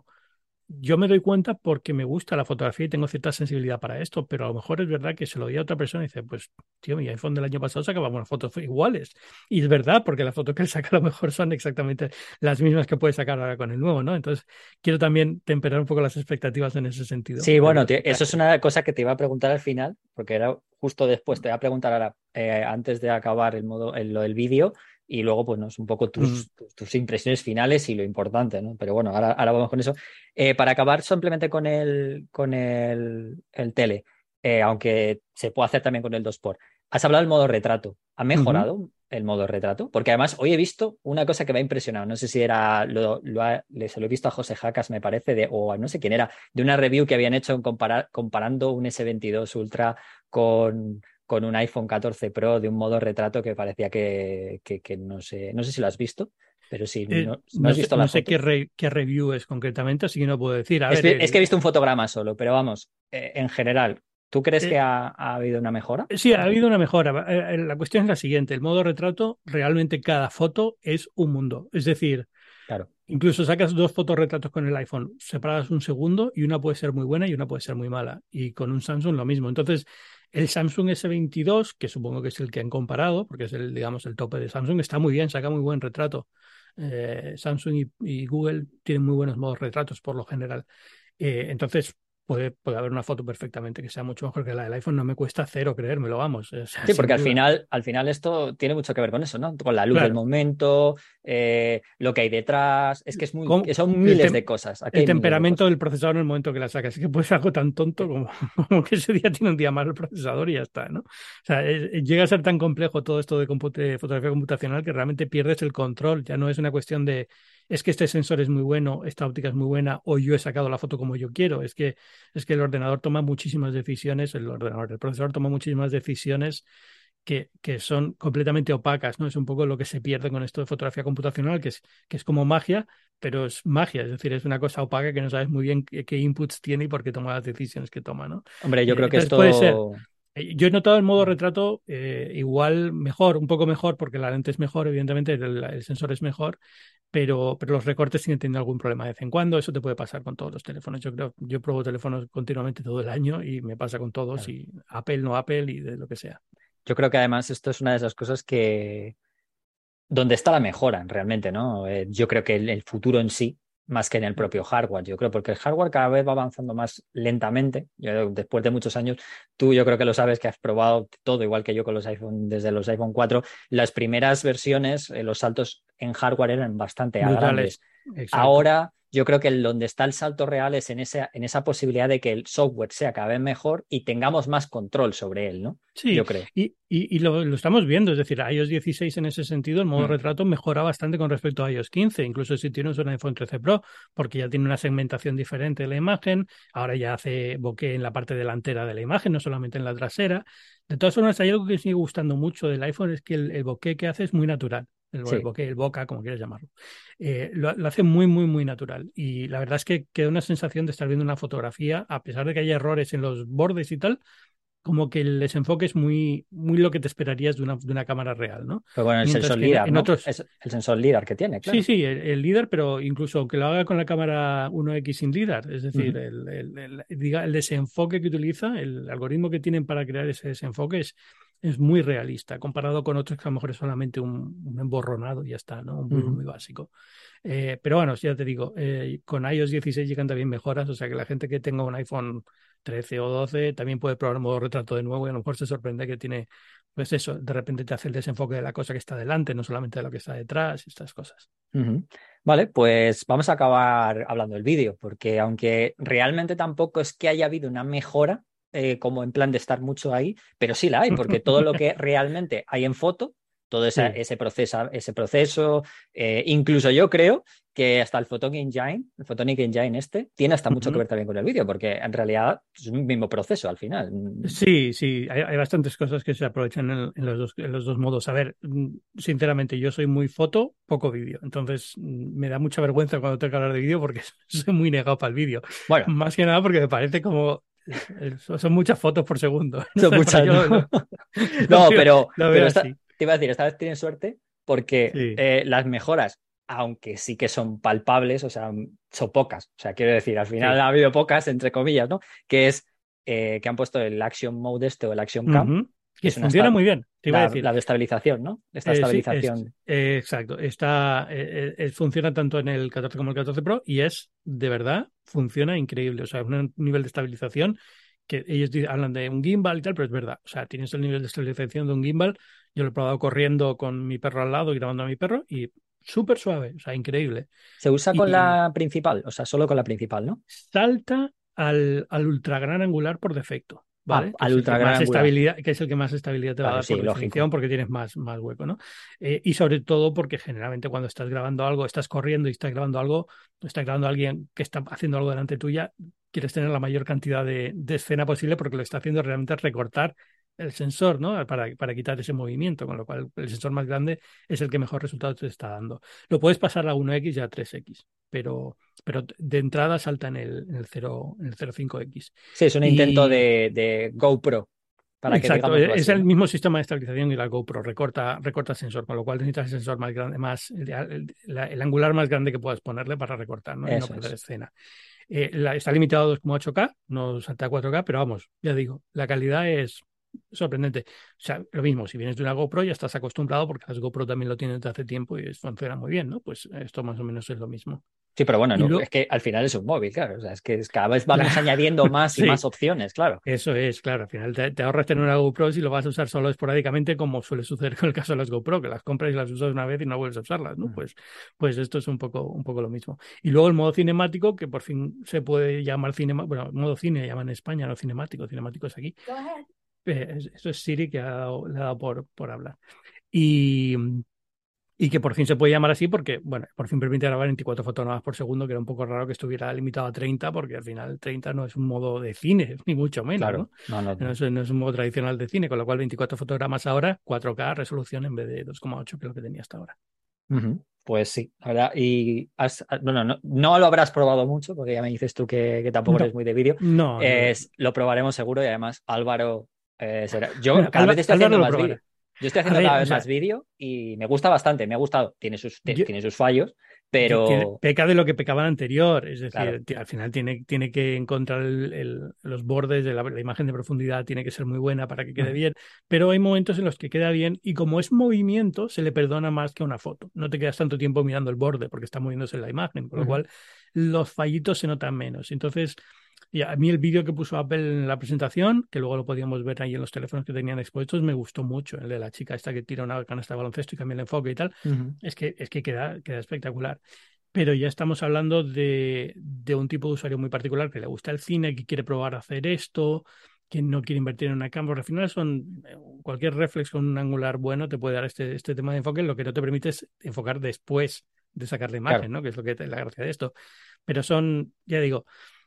S3: yo me doy cuenta porque me gusta la fotografía y tengo cierta sensibilidad para esto, pero a lo mejor es verdad que se lo di a otra persona y dice, pues, tío, mi iPhone del año pasado sacaba unas fotos iguales. Y es verdad, porque las fotos que él saca a lo mejor son exactamente las mismas que puede sacar ahora con el nuevo, ¿no? Entonces, quiero también temperar un poco las expectativas en ese sentido.
S1: Sí,
S3: de-
S1: bueno,
S3: de-
S1: te- eso es una cosa que te iba a preguntar al final, porque era justo después, te voy a preguntar ahora, eh, antes de acabar el modo, el, lo del vídeo, y luego, pues, no, es un poco
S3: Mm.
S1: tus, tus, tus impresiones finales y lo importante, ¿no? Pero bueno, ahora, ahora vamos con eso. Eh, para acabar simplemente con el, con el, el tele, eh, aunque se puede hacer también con el dos por. Has hablado del modo retrato. ¿Ha
S3: Ujú.
S1: mejorado? el modo retrato? Porque además hoy he visto una cosa que me ha impresionado. No sé si era, lo, lo ha- le- se lo he visto a José Jacas, me parece, de, o a no sé quién era, de una review que habían hecho en comparar, comparando un ese veintidós Ultra con, con un iPhone catorce Pro de un modo retrato que parecía que, que, que no sé, no sé si lo has visto, pero si
S3: Eh,
S1: no, ¿no
S3: no
S1: has
S3: sé,
S1: visto la
S3: no sé qué,
S1: foto?
S3: re- qué review es concretamente, así que no puedo decir. A
S1: Es,
S3: ver,
S1: que es que he
S3: el,
S1: visto un fotograma solo, pero vamos, eh, en general, ¿tú crees que
S3: eh,
S1: ha, ha habido una mejora?
S3: sí, ha habido una mejora. Eh, eh, La cuestión es la siguiente: el modo retrato, realmente cada foto es un mundo. Es decir,
S1: Claro.
S3: incluso sacas dos fotorretratos con el iPhone separadas un segundo y una puede ser muy buena y una puede ser muy mala. Y con un Samsung lo mismo. Entonces, el Samsung ese veintidós, que supongo que es el que han comparado, porque es el, digamos, el tope de Samsung, está muy bien, saca muy buen retrato. Eh, Samsung y, y Google tienen muy buenos modos retratos por lo general. Eh, entonces, puede, puede haber una foto perfectamente que sea mucho mejor que la del iPhone. No me cuesta cero creérmelo, vamos, o sea,
S1: Sí,
S3: sin
S1: porque al
S3: duda.
S1: final, al final esto tiene mucho que ver con eso, ¿no? Con la luz del
S3: Claro.
S1: momento, eh, lo que hay detrás. Es que es muy,
S3: ¿Cómo?
S1: son
S3: El,
S1: miles
S3: tem-
S1: de cosas. Aquí
S3: el
S1: hay miles de
S3: temperamento
S1: cosas.
S3: del procesador en el momento que la sacas. Es que puede ser algo tan tonto
S1: Sí,
S3: como, como que ese día tiene un día más el procesador y ya está, ¿no? O sea, es- es- llega a ser tan complejo todo esto de, compu- de fotografía computacional que realmente pierdes el control. Ya no es una cuestión de, es que este sensor es muy bueno, esta óptica es muy buena, o yo he sacado la foto como yo quiero. Es que, es que el ordenador toma muchísimas decisiones, el ordenador, el procesador toma muchísimas decisiones que, que son completamente opacas, ¿no? Es un poco lo que se pierde con esto de fotografía computacional, que es, que es como magia, pero es magia, es decir, es una cosa opaca que no sabes muy bien qué, qué inputs tiene y por qué toma las decisiones que toma, ¿no?
S1: hombre, yo
S3: Eh,
S1: creo que
S3: entonces puede ser.
S1: esto.
S3: eh, Yo he notado el modo retrato eh, igual mejor, un poco mejor, porque la lente es mejor, evidentemente, el, el sensor es mejor, pero, pero los recortes siguen teniendo algún problema de vez en cuando. Eso te puede pasar con todos los teléfonos. Yo creo, yo pruebo teléfonos continuamente todo el año y me pasa con todos,
S1: Claro.
S3: y Apple, no Apple y de lo que sea.
S1: Yo creo que además esto es una de esas cosas que. Donde está la mejora realmente, ¿no? Eh, yo creo que el, el futuro en sí, más que en el propio hardware, yo creo, porque el hardware cada vez va avanzando más lentamente. Yo, después de muchos años, tú yo creo que lo sabes, que has probado todo, igual que yo con los iPhone, desde los iPhone cuatro, las primeras versiones, eh, los saltos en hardware eran bastante
S3: Brutales,
S1: grandes.
S3: exacto.
S1: Ahora, yo creo que el- donde está el salto real es en esa, en esa posibilidad de que el software sea cada vez mejor y tengamos más control sobre él, ¿no?
S3: Sí,
S1: Yo creo.
S3: y, y, y lo, lo estamos viendo, es decir, iOS dieciséis en ese sentido, el modo
S1: Mm,
S3: retrato mejora bastante con respecto a iOS quince, incluso si tienes un iPhone trece Pro, porque ya tiene una segmentación diferente de la imagen, ahora ya hace bokeh en la parte delantera de la imagen, no solamente en la trasera. De todas formas, hay algo que sigue gustando mucho del iPhone, es que el, el bokeh que hace es muy natural. El, el
S1: sí.
S3: bokeh, el bokeh, como quieras llamarlo. Eh, lo, lo hace muy, muy, muy natural. Y la verdad es que queda una sensación de estar viendo una fotografía, a pesar de que haya errores en los bordes y tal, como que el desenfoque es muy, muy lo que te esperarías de una, de una cámara real, ¿no?
S1: Pero bueno, el
S3: Mientras
S1: sensor
S3: que en,
S1: LiDAR,
S3: en
S1: ¿no?
S3: otros,
S1: Es el sensor LiDAR que tiene,
S3: sí,
S1: claro.
S3: sí, el, el LiDAR, pero incluso aunque lo haga con la cámara uno equis sin LiDAR, es decir,
S1: Ujú.
S3: el, el, el- diga, el desenfoque que utiliza, el algoritmo que tienen para crear ese desenfoque es, es muy realista, comparado con otros que a lo mejor es solamente un, un emborronado y ya está, ¿no? Un blur
S1: Ujú.
S3: muy básico. Eh, pero bueno, ya te digo, eh, con iOS dieciséis llegan también mejoras, o sea que la gente que tenga un iPhone trece o doce también puede probar modo retrato de nuevo y a lo mejor se sorprende que tiene, pues eso, de repente te hace el desenfoque de la cosa que está delante, no solamente de lo que está detrás y estas cosas.
S1: Ujú. Vale, pues vamos a acabar hablando del vídeo, porque aunque realmente tampoco es que haya habido una mejora, eh, como en plan de estar mucho ahí, pero sí la hay, porque todo lo que realmente hay en foto, todo esa-
S3: Sí.
S1: ese, proceso, ese proceso, eh, incluso yo creo que hasta el Photonic Engine, el Photonic Engine este, tiene hasta mucho que
S3: Ujú.
S1: ver también con el vídeo, porque en realidad es un mismo proceso al final. Mm,
S3: Sí, sí, hay, hay bastantes cosas que se aprovechan en, en los dos, en los dos modos. A ver, mm, sinceramente, yo soy muy foto, poco vídeo. Entonces, mm, me da mucha vergüenza cuando tengo que hablar de vídeo porque soy muy negado para el vídeo.
S1: Bueno,
S3: Más que nada porque me parece como... eh, Son son muchas fotos por segundo.
S1: son
S3: Entonces, pero
S1: muchas,
S3: yo
S1: ¿no?
S3: lo, lo- lo
S1: No,
S3: veo,
S1: pero,
S3: lo veo
S1: pero esta,
S3: así.
S1: te iba a decir, esta vez tienes suerte porque
S3: Sí.
S1: eh, las mejoras, aunque sí que son palpables, o sea, son pocas. O sea, quiero decir, al final
S3: Sí.
S1: ha habido pocas, entre comillas, ¿no? Que es eh, que han puesto el Action Mode este o el Action Cam,
S3: Ujú.
S1: que
S3: Y
S1: es una
S3: funciona
S1: esta-
S3: muy bien, te iba a
S1: la,
S3: decir.
S1: la de estabilización, ¿no? Esta
S3: Eh, sí, es,
S1: estabilización.
S3: eh, exacto. Está, eh, eh, funciona tanto en el catorce como el catorce Pro y es, de verdad, funciona increíble. O sea, un nivel de estabilización que ellos di- hablan de un gimbal y tal, pero es verdad. O sea, tienes el nivel de estabilización de un gimbal. Yo lo he probado corriendo con mi perro al lado y grabando a mi perro y súper suave, o sea, increíble.
S1: Se usa con
S3: Y
S1: la principal, o sea, solo con la principal, ¿no?
S3: salta al, al ultra gran angular por defecto. ¿vale?
S1: Ah,
S3: Que
S1: al
S3: es el
S1: ultra
S3: que
S1: gran
S3: más
S1: angular.
S3: estabilidad, que es el que más estabilidad te va a
S1: Claro,
S3: dar
S1: sí,
S3: por definición,
S1: lógico.
S3: porque tienes más, más hueco, ¿no? Eh, y sobre todo porque generalmente cuando estás grabando algo, estás corriendo y estás grabando algo, estás grabando a alguien que está haciendo algo delante tuya, quieres tener la mayor cantidad de, de escena posible porque lo está haciendo realmente es recortar el sensor, ¿no? Para, para quitar ese movimiento, con lo cual el sensor más grande es el que mejor resultado te está dando. Lo puedes pasar a uno equis y a tres equis, pero, pero de entrada salta en el, en el, cero, en el cero coma cinco equis.
S1: Sí, es un intento
S3: Y
S1: de, de GoPro, para que
S3: exacto,
S1: digámoslo
S3: e- es
S1: así,
S3: el
S1: ¿no?
S3: mismo sistema de estabilización que la GoPro, recorta, recorta el sensor, con lo cual necesitas el sensor más grande, más, el, el- la- el angular más grande que puedas ponerle para recortar, ¿no? Y no
S1: Eso
S3: perder
S1: es.
S3: escena. Eh, la- está limitado a dos coma ocho K, no salta a cuatro K, pero vamos, ya digo, la calidad es sorprendente. O sea, lo mismo, si vienes de una GoPro ya estás acostumbrado porque las GoPro también lo tienen desde hace tiempo y es- funciona muy bien, ¿no? Pues esto más o menos es lo mismo.
S1: Sí, pero bueno,
S3: Y
S1: no,
S3: luego,
S1: es que al final es un móvil, claro. O sea, es que es- cada vez vamos añadiendo más y
S3: sí,
S1: más opciones, claro.
S3: eso es, claro, al final te, te ahorras tener una GoPro si lo vas a usar solo esporádicamente, como suele suceder con el caso de las GoPro, que las compras y las usas una vez y no vuelves a usarlas, ¿no?
S1: Ujú.
S3: Pues, pues esto es un poco, un poco lo mismo. Y luego el modo cinemático, que por fin se puede llamar cinema, bueno, modo cine llama en España, no cinemático, cinemático es aquí. Eh, es- Eso es Siri que ha dado, le ha dado por, por hablar. Y, y que por fin se puede llamar así porque, bueno, por fin permite grabar veinticuatro fotogramas por segundo, que era un poco raro que estuviera limitado a treinta, porque al final treinta no es un modo de cine, ni mucho menos,
S1: Claro,
S3: ¿no?
S1: no, no,
S3: No
S1: no.
S3: es, no es un modo tradicional de cine, con lo cual veinticuatro fotogramas ahora, cuatro K resolución en vez de dos coma ocho, que es lo que tenía hasta ahora.
S1: Ujú. Pues sí, la verdad. Y has, bueno, no, no lo habrás probado mucho, porque ya me dices tú que, que tampoco eres
S3: No,
S1: muy de vídeo.
S3: no, no.
S1: Es- lo probaremos seguro y además Álvaro eh, será. Yo cada vez
S3: Alba-
S1: estoy
S3: Álvaro
S1: haciendo
S3: lo
S1: más vídeo.
S3: probará.
S1: Yo estoy
S3: A
S1: haciendo
S3: ver,
S1: cada
S3: o
S1: vez más
S3: sea,
S1: vídeo y me gusta bastante, me ha gustado. Tiene sus, te-
S3: yo,
S1: tiene sus fallos,
S3: ti- tiene-
S1: pero
S3: peca de lo que pecaba el anterior, es
S1: claro.
S3: decir, ti- al final tiene, tiene que encontrar el- el- los bordes de la, la imagen de profundidad, tiene que ser muy buena para que quede
S1: Ujú,
S3: bien, pero hay momentos en los que queda bien y como es movimiento, se le perdona más que a una foto. No te quedas tanto tiempo mirando el borde porque está moviéndose la imagen, con lo
S1: ujú.
S3: cual los fallitos se notan menos. Entonces, y a mí el vídeo que puso Apple en la presentación, que luego lo podíamos ver ahí en los teléfonos que tenían expuestos, me gustó mucho, el de la chica esta que tira una canasta de baloncesto y cambia el enfoque y tal.
S1: Ujú.
S3: Es que, es que queda, queda espectacular. Pero ya estamos hablando de, de un tipo de usuario muy particular que le gusta el cine, que quiere probar a hacer esto, que no quiere invertir en una cámara. Al final son cualquier reflex con un angular bueno te puede dar este, este tema de enfoque, lo que no te permite es enfocar después de sacar la
S1: Claro.
S3: imagen, ¿no? Que es lo que es la gracia de esto. Pero son, ya digo,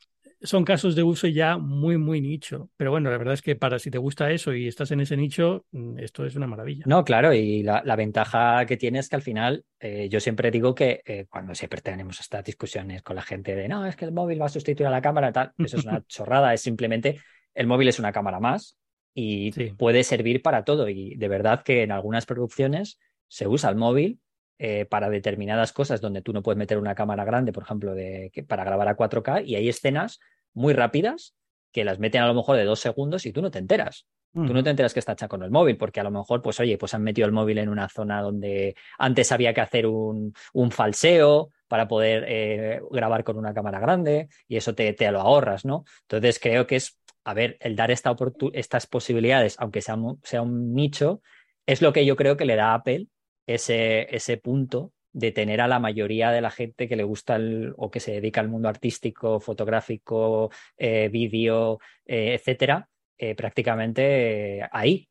S3: son casos de uso ya muy, muy nicho. Pero bueno, la verdad es que para si te gusta eso y estás en ese nicho, mm, esto es una maravilla.
S1: No, claro, y la, la ventaja que tiene es que al final eh, yo siempre digo que eh, cuando siempre tenemos estas discusiones con la gente de no, es que el móvil va a sustituir a la cámara, tal, eso es una chorrada, es simplemente el móvil es una cámara más y
S3: Sí.
S1: puede servir para todo. Y de verdad que en algunas producciones se usa el móvil eh, para determinadas cosas donde tú no puedes meter una cámara grande, por ejemplo, de, que, para grabar a cuatro K, y hay escenas muy rápidas que las meten a lo mejor de dos segundos y tú no te enteras. Tú no
S3: Ujú.
S1: te enteras que está hecha con el móvil, porque a lo mejor, pues oye, pues han metido el móvil en una zona donde antes había que hacer un, un falseo para poder eh, grabar con una cámara grande y eso te, te lo ahorras, ¿no? Entonces creo que es, a ver, el dar esta oportu- estas posibilidades, aunque sea, un- sea un nicho, es lo que yo creo que le da a Apple ese, ese punto de tener a la mayoría de la gente que le gusta el, o que se dedica al mundo artístico, fotográfico, eh, vídeo, eh, etcétera, eh, prácticamente eh, ahí,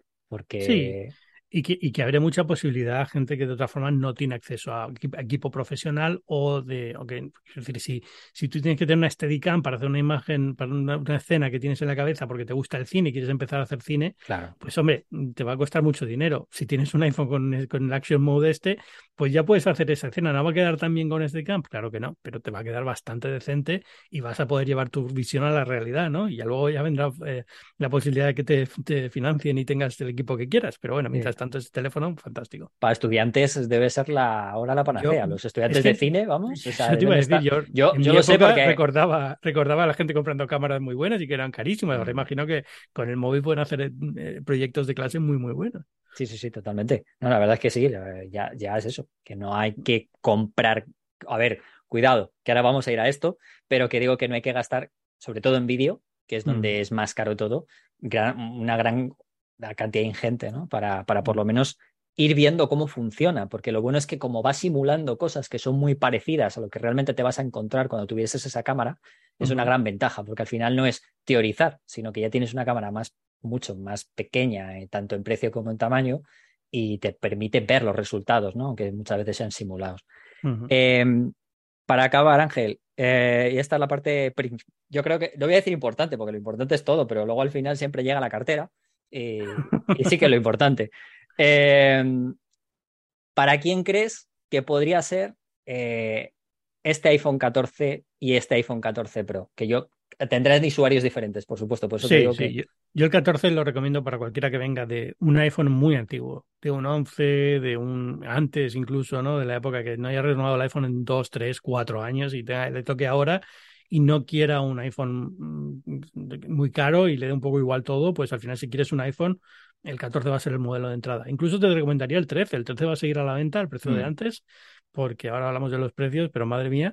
S3: Sí,
S1: porque,
S3: y que, y que abre mucha posibilidad a gente que de otra forma no tiene acceso a equi- a equipo profesional o de, o que, es decir, si, si tú tienes que tener una Steadicam para hacer una imagen, para una, una escena que tienes en la cabeza porque te gusta el cine y quieres empezar a hacer cine,
S1: claro,
S3: pues hombre, te va a costar mucho dinero. Si tienes un iPhone con, el- con el Action Mode este, pues ya puedes hacer esa escena. ¿No va a quedar tan bien con Steadicam? Claro que no, pero te va a quedar bastante decente y vas a poder llevar tu visión a la realidad, ¿no? Y ya luego ya vendrá eh, la posibilidad de que te, te financien y tengas el equipo que quieras. Pero bueno,
S1: eh,
S3: mientras tanto, ese teléfono, fantástico.
S1: para estudiantes debe ser la, ahora la
S3: Yo,
S1: panacea. Los
S3: es
S1: estudiantes de
S3: que
S1: cine, vamos, o sea,
S3: eso te iba
S1: deben
S3: a decir,
S1: estar.
S3: yo
S1: Yo,
S3: en
S1: yo
S3: mi
S1: lo sé
S3: época
S1: porque.
S3: recordaba, recordaba a la gente comprando cámaras muy buenas y que eran carísimas. Ahora
S1: Mm,
S3: imagino que con el móvil pueden hacer eh, proyectos de clase muy, muy buenos.
S1: sí, sí, sí, totalmente. No, la verdad es que sí, la- ya, ya es eso, que no hay que comprar. A ver, cuidado, que ahora vamos a ir a esto, pero que digo que no hay que gastar, sobre todo en vídeo, que es
S3: Mm.
S1: donde es más caro todo, gran- una gran cantidad ingente, ¿no? Para, para por lo menos ir viendo cómo funciona, porque lo bueno es que como va simulando cosas que son muy parecidas a lo que realmente te vas a encontrar cuando tuvieses esa cámara, es una
S3: Ujú.
S1: gran ventaja, porque al final no es teorizar, sino que ya tienes una cámara más, mucho más pequeña, eh, tanto en precio como en tamaño, y te permite ver los resultados, ¿no? Aunque muchas veces sean simulados.
S3: Ujú.
S1: Eh, para acabar, Ángel, eh, y esta es la parte, prim- yo creo que, no voy a decir importante, porque lo importante es todo, pero luego al final siempre llega la cartera, y, y sí que es lo importante. Eh, ¿Para quién crees que podría ser eh, este iPhone catorce y este iPhone catorce Pro? Que yo tendrán usuarios diferentes, por supuesto, por eso te
S3: Sí,
S1: digo
S3: sí.
S1: que
S3: Yo, yo el catorce lo recomiendo para cualquiera que venga de un iPhone muy antiguo, de un once, de un antes incluso, ¿no? De la época que no haya renovado el iPhone en dos, tres, cuatro años y tenga- le toque ahora y no quiera un iPhone mm, muy caro y le dé un poco igual todo, pues al final si quieres un iPhone, el catorce va a ser el modelo de entrada. Incluso te recomendaría el trece. El trece va a seguir a la venta al precio de
S1: mm,
S3: antes, porque ahora hablamos de los precios, pero madre mía.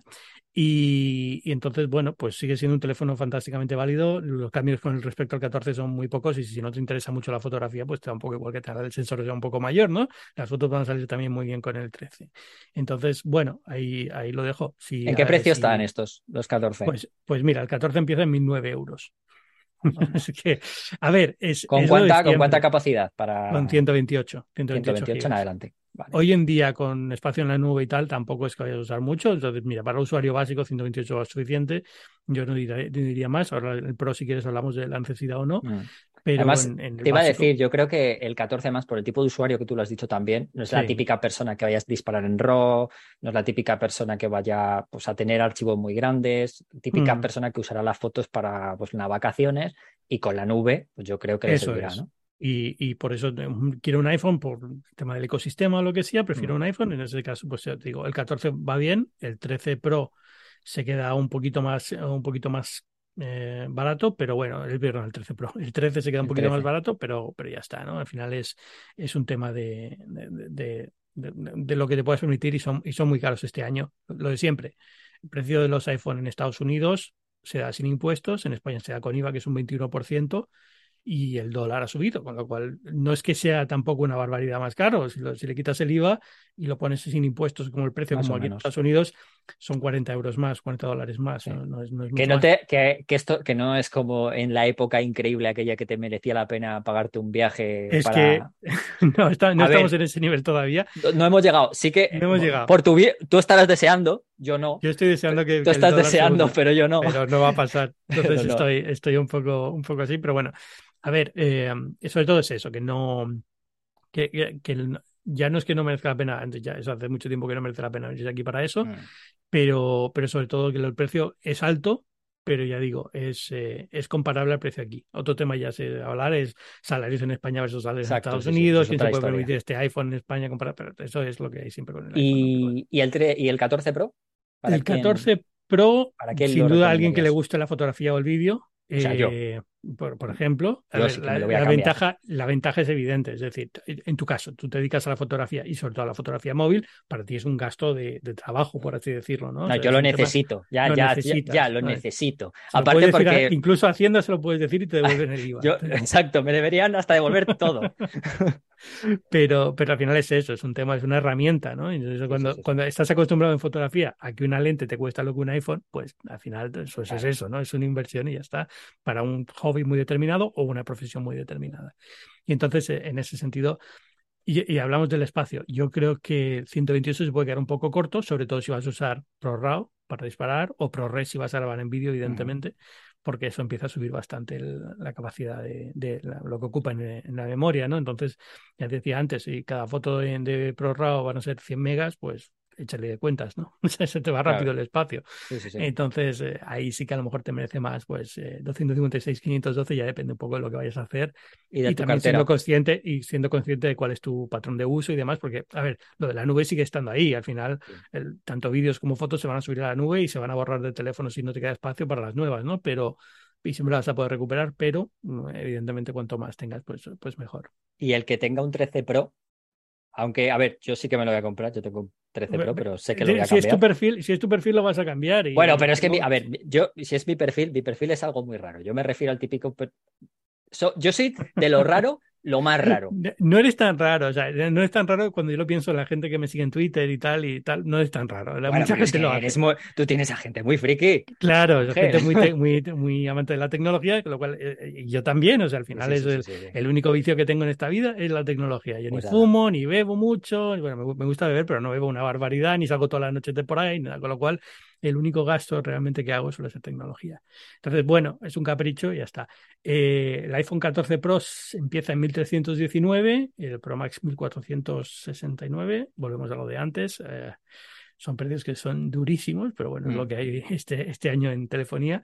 S3: Y, y entonces, bueno, pues sigue siendo un teléfono fantásticamente válido. Los cambios con respecto al catorce son muy pocos y si no te interesa mucho la fotografía, pues te da un poco igual que te el sensor sea un poco mayor, ¿no? Las fotos van a salir también muy bien con el trece. Entonces, bueno, ahí, ahí lo dejo. Si,
S1: ¿en qué
S3: eh,
S1: precio están
S3: si,
S1: estos, los catorce?
S3: pues, pues mira, el catorce empieza en mil nueve euros. Es que, a ver, es,
S1: ¿Con
S3: es lo de
S1: cuánta, con cuánta
S3: siempre,
S1: capacidad?
S3: con
S1: Para
S3: ciento veintiocho, ciento
S1: ciento
S3: veintiocho
S1: veintiocho en
S3: gigas.
S1: adelante. Vale.
S3: Hoy en día, con espacio en la nube y tal, tampoco es que vayas a usar mucho. Entonces, mira, para el usuario básico, ciento veintiocho es suficiente. Yo no diría, no diría más. Ahora, el Pro, si quieres, hablamos de la necesidad o no.
S1: Mm.
S3: Pero
S1: Además,
S3: en, en el
S1: te iba a
S3: básico,
S1: decir, yo creo que el catorce más por el tipo de usuario que tú lo has dicho también, no es la
S3: sí.
S1: típica persona que vaya a disparar en RAW, no es la típica persona que vaya pues, a tener archivos muy grandes, típica
S3: Mm,
S1: persona que usará las fotos para pues, unas vacaciones y con la nube, pues yo creo que le
S3: eso
S1: servirá,
S3: es.
S1: ¿no?
S3: Y, y por eso eh, quiero un iPhone, por el tema del ecosistema o lo que sea, prefiero
S1: Mm.
S3: un iPhone. En ese caso, pues ya te digo, el catorce va bien, el trece Pro se queda un poquito más, un poquito más eh, barato, pero bueno, el, perdón, el trece Pro, el trece se queda un
S1: El
S3: poquito más
S1: trece.
S3: barato, pero, pero ya está, ¿no? Al final es, es un tema de, de, de- de- de lo que te puedes permitir y son, y son muy caros este año, lo de siempre. El precio de los iPhone en Estados Unidos se da sin impuestos, en España se da con IVA, que es un veintiuno por ciento y el dólar ha subido, con lo cual no es que sea tampoco una barbaridad más caro. Si, lo- si le quitas el IVA y lo pones sin impuestos, como el precio,
S1: Más
S3: como
S1: o
S3: aquí en
S1: menos.
S3: Estados Unidos, son cuarenta euros más, cuarenta dólares más,
S1: Sí.
S3: no, no es, no es
S1: Que
S3: mucho
S1: no
S3: más.
S1: te, que, que esto, que no es como en la época increíble aquella que te merecía la pena pagarte un viaje
S3: Es que
S1: para.
S3: no, está- no
S1: A
S3: estamos
S1: ver,
S3: en ese nivel todavía,
S1: no no hemos llegado. Sí que
S3: no
S1: eh,
S3: hemos llegado.
S1: por tu bien, tú estarás deseando, yo no.
S3: Yo estoy deseando que,
S1: Tú
S3: que el
S1: estás
S3: dólar se
S1: deseando,
S3: hunda,
S1: pero yo no.
S3: pero no va a pasar.
S1: Pero
S3: Entonces
S1: no.
S3: estoy, estoy un poco, un poco así, pero bueno, a ver, eh, sobre todo es eso, que no, que, que- que el- ya no es que no merezca la pena, antes ya eso hace mucho tiempo que no merece la pena venir aquí para eso,
S1: Mm.
S3: pero, pero sobre todo que el precio es alto, pero ya digo, es, eh, es comparable al precio aquí. Otro tema ya se hablar es salarios en España versus salarios en
S1: Exacto,
S3: Estados
S1: sí, sí, eso
S3: Unidos,
S1: es
S3: quién se
S1: otra
S3: puede
S1: historia.
S3: permitir este iPhone en España, comparar, pero eso es lo que hay siempre con el iPhone, ¿no? Pero bueno.
S1: ¿Y, y el, tre- y el catorce Pro? ¿Para
S3: El
S1: quién,
S3: catorce Pro,
S1: para quién lo
S3: sin duda alguien que le
S1: recomendarías?
S3: guste la fotografía o el vídeo,
S1: O sea, yo.
S3: eh, por, por ejemplo, a
S1: Yo
S3: ver,
S1: sí que me
S3: la,
S1: lo voy a
S3: la
S1: cambiar.
S3: ventaja, la ventaja es evidente, es decir, en tu caso, tú te dedicas a la fotografía y sobre todo a la fotografía móvil, para ti es un gasto de, de trabajo, por así decirlo, ¿no? O
S1: No,
S3: sea,
S1: yo
S3: es
S1: lo
S3: un tema,
S1: necesito. Ya,
S3: lo
S1: ya, ya, ya
S3: necesitas,
S1: lo
S3: ¿no?
S1: necesito.
S3: Se lo puedes
S1: Aparte
S3: decir, a-
S1: porque.
S3: incluso a Hacienda se lo puedes decir y te devuelven el IVA.
S1: Yo,
S3: Entonces,
S1: exacto, me deberían hasta devolver todo.
S3: pero, pero al final es eso, es un tema, es una herramienta, ¿no? Y entonces
S1: Sí, sí,
S3: cuando,
S1: sí, sí.
S3: cuando estás acostumbrado en fotografía a que una lente te cuesta lo que un iPhone, pues al final eso es
S1: Claro.
S3: eso, ¿no? Es una inversión y ya está, para un hobby muy determinado o una profesión muy determinada. Y entonces, eh, en ese sentido, y, y hablamos del espacio, yo creo que ciento veintiocho se puede quedar un poco corto, sobre todo si vas a usar ProRAW para disparar o ProRes si vas a grabar en vídeo,
S1: Ujú.
S3: evidentemente, porque eso empieza a subir bastante el- la capacidad de, de la- lo que ocupa en, en la memoria, ¿no? Entonces, ya te decía antes, si cada foto de, de ProRAW van a ser cien megas, pues échale de cuentas, ¿no? O sea, se te va rápido
S1: Claro.
S3: el espacio.
S1: Sí, sí, sí.
S3: Entonces, eh, ahí sí que a lo mejor te merece más, pues eh, doscientos cincuenta y seis, quinientos doce, ya depende un poco de lo que vayas a hacer
S1: Y de
S3: y
S1: tu
S3: también siendo
S1: cartera.
S3: consciente y siendo consciente de cuál es tu patrón de uso y demás, porque, a ver, lo de la nube sigue estando ahí. Al final,
S1: Sí.
S3: el, tanto vídeos como fotos se van a subir a la nube y se van a borrar del teléfono si no te queda espacio para las nuevas, ¿no? Pero, y siempre las vas a poder recuperar, pero mm, evidentemente cuanto más tengas, pues, pues mejor.
S1: Y el que tenga un trece Pro, aunque, a ver, yo sí que me lo voy a comprar, yo tengo un trece Pro, pero sé que lo voy a
S3: Si es tu
S1: cambiar.
S3: perfil, si es tu perfil lo vas a cambiar y,
S1: Bueno,
S3: y
S1: pero es que, mi-
S3: luego-
S1: a ver, yo, si es mi perfil, mi perfil es algo muy raro. Yo me refiero al típico. per- so- yo soy de lo raro lo más raro.
S3: No eres tan raro, o sea, no es tan raro cuando yo lo pienso en la gente que me sigue en Twitter y tal y tal, no es tan raro.
S1: Bueno,
S3: Mucha
S1: pero es
S3: gente
S1: que
S3: lo hace.
S1: eres muy- tú tienes a gente muy friki.
S3: Claro, es
S1: Ángel.
S3: gente muy, te- muy, muy amante de la tecnología, con lo cual eh, y yo también, o sea, al
S1: Sí,
S3: final
S1: sí,
S3: es
S1: sí, sí,
S3: el,
S1: sí, sí.
S3: el único vicio que tengo en esta vida es la tecnología. Yo
S1: Pues
S3: ni
S1: nada.
S3: fumo, ni bebo mucho, bueno, me, gu- me gusta beber, pero no bebo una barbaridad, ni salgo todas las noches de por ahí, nada, con lo cual el único gasto realmente que hago suele ser tecnología. Entonces, bueno, es un capricho y ya está. Eh, el iPhone catorce Pro s- empieza en mil trescientos diecinueve, el Pro Max mil cuatrocientos sesenta y nueve, volvemos a lo de antes. eh, son precios que son durísimos, pero bueno, es
S1: Mm.
S3: lo que hay este, este año en telefonía.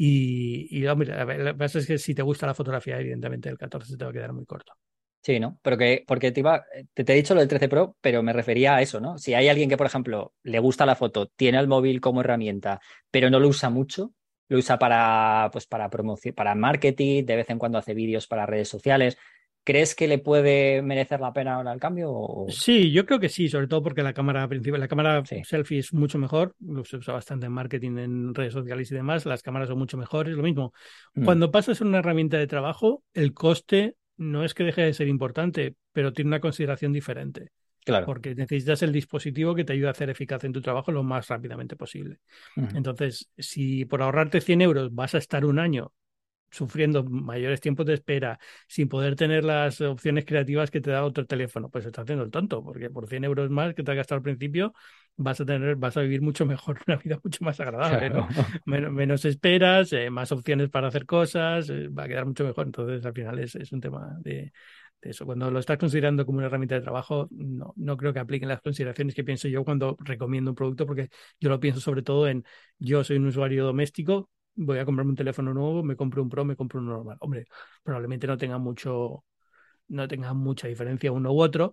S3: Y, y hombre, a ver, lo que pasa es que si te gusta la fotografía, evidentemente el catorce se te va a quedar muy corto.
S1: Sí, ¿no? Pero que, porque te iba, te, te he dicho lo del trece Pro, pero me refería a eso, ¿no? Si hay alguien que, por ejemplo, le gusta la foto, tiene el móvil como herramienta, pero no lo usa mucho, lo usa para, pues, para promoción, para marketing, de vez en cuando hace vídeos para redes sociales. ¿Crees que le puede merecer la pena ahora el cambio? O...
S3: Sí, yo creo que sí, sobre todo porque la cámara principal, la cámara
S1: Sí.
S3: selfie es mucho mejor, lo se usa bastante en marketing, en redes sociales y demás, las cámaras son mucho mejores, lo mismo.
S1: Mm,
S3: Cuando pasas a una herramienta de trabajo, el coste no es que deje de ser importante, pero tiene una consideración diferente,
S1: claro.
S3: porque necesitas el dispositivo que te ayude a hacer eficaz en tu trabajo lo más rápidamente posible.
S1: Mm.
S3: Entonces, si por ahorrarte cien euros vas a estar un año sufriendo mayores tiempos de espera, sin poder tener las opciones creativas que te da otro teléfono, pues estás haciendo el tonto, porque por cien euros más que te has gastado al principio, vas a tener, vas a vivir mucho mejor, una vida mucho más agradable, ¿no?
S1: Claro.
S3: Menos, menos esperas, eh, más opciones para hacer cosas, eh, va a quedar mucho mejor. Entonces, al final es, es un tema de, de eso. Cuando lo estás considerando como una herramienta de trabajo, no, no creo que apliquen las consideraciones que pienso yo cuando recomiendo un producto, porque yo lo pienso sobre todo en, yo soy un usuario doméstico, voy a comprarme un teléfono nuevo, me compro un Pro, me compro un normal. Hombre, probablemente no tenga mucho, no tenga mucha diferencia uno u otro.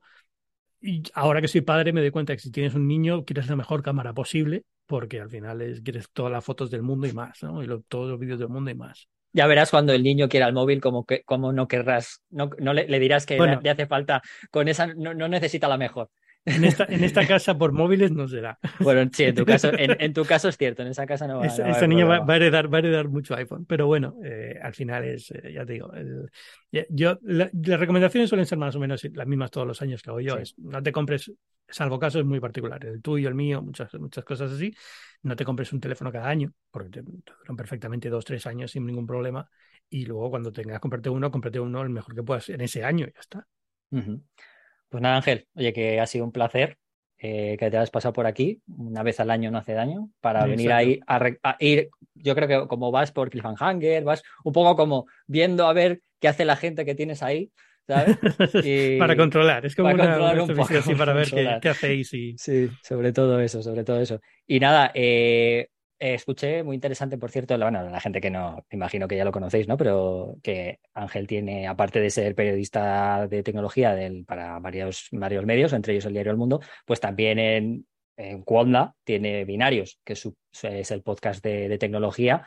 S3: Y ahora que soy padre me doy cuenta que si tienes un niño quieres la mejor cámara posible, porque al final es, quieres todas las fotos del mundo y más, ¿no? Y lo- todos los vídeos del mundo y más.
S1: Ya verás cuando el niño quiera el móvil, como que, como no querrás, no, no le, le dirás que le,
S3: Bueno,
S1: le hace falta, con esa no, no necesita la mejor.
S3: en esta, en esta casa por móviles no será.
S1: Bueno, sí, en tu caso, en, en tu caso es cierto, en esa casa no va,
S3: Esa,
S1: no va a
S3: esa
S1: haber
S3: niña va,
S1: problema.
S3: va a heredar, va a heredar mucho iPhone, pero bueno, eh, al final es, eh, ya te digo, el- ya- yo, la- las recomendaciones suelen ser más o menos las mismas todos los años que hago yo.
S1: Sí.
S3: Es, no te compres, salvo casos muy particulares, el tuyo, el mío, muchas, muchas cosas así, no te compres un teléfono cada año, porque te, te duran perfectamente dos, tres años sin ningún problema, y luego cuando tengas que comprarte uno, cómprate uno el mejor que puedas en ese año y ya está.
S1: Ujú. Pues nada, Ángel, oye, que ha sido un placer eh, que te hayas pasado por aquí, una vez al año no hace daño, para venir
S3: Exacto.
S1: ahí a, re- a ir, yo creo que como vas por Cliffhanger, vas un poco como viendo a ver qué hace la gente que tienes ahí, ¿sabes? Y
S3: Para controlar, es como
S1: para
S3: una,
S1: controlar
S3: una
S1: un
S3: servicio
S1: poco,
S3: así para ver qué,
S1: controlar.
S3: qué hacéis y...
S1: Sí, sobre todo eso, sobre todo eso. Y nada, eh, eh, escuché muy interesante, por cierto, la- bueno, la gente que no, me imagino que ya lo conocéis, ¿no? Pero que Ángel tiene, aparte de ser periodista de tecnología del, para varios, varios medios, entre ellos el diario El Mundo, pues también en, en Cuonda tiene Binarios, que es, su- es el podcast de, de tecnología.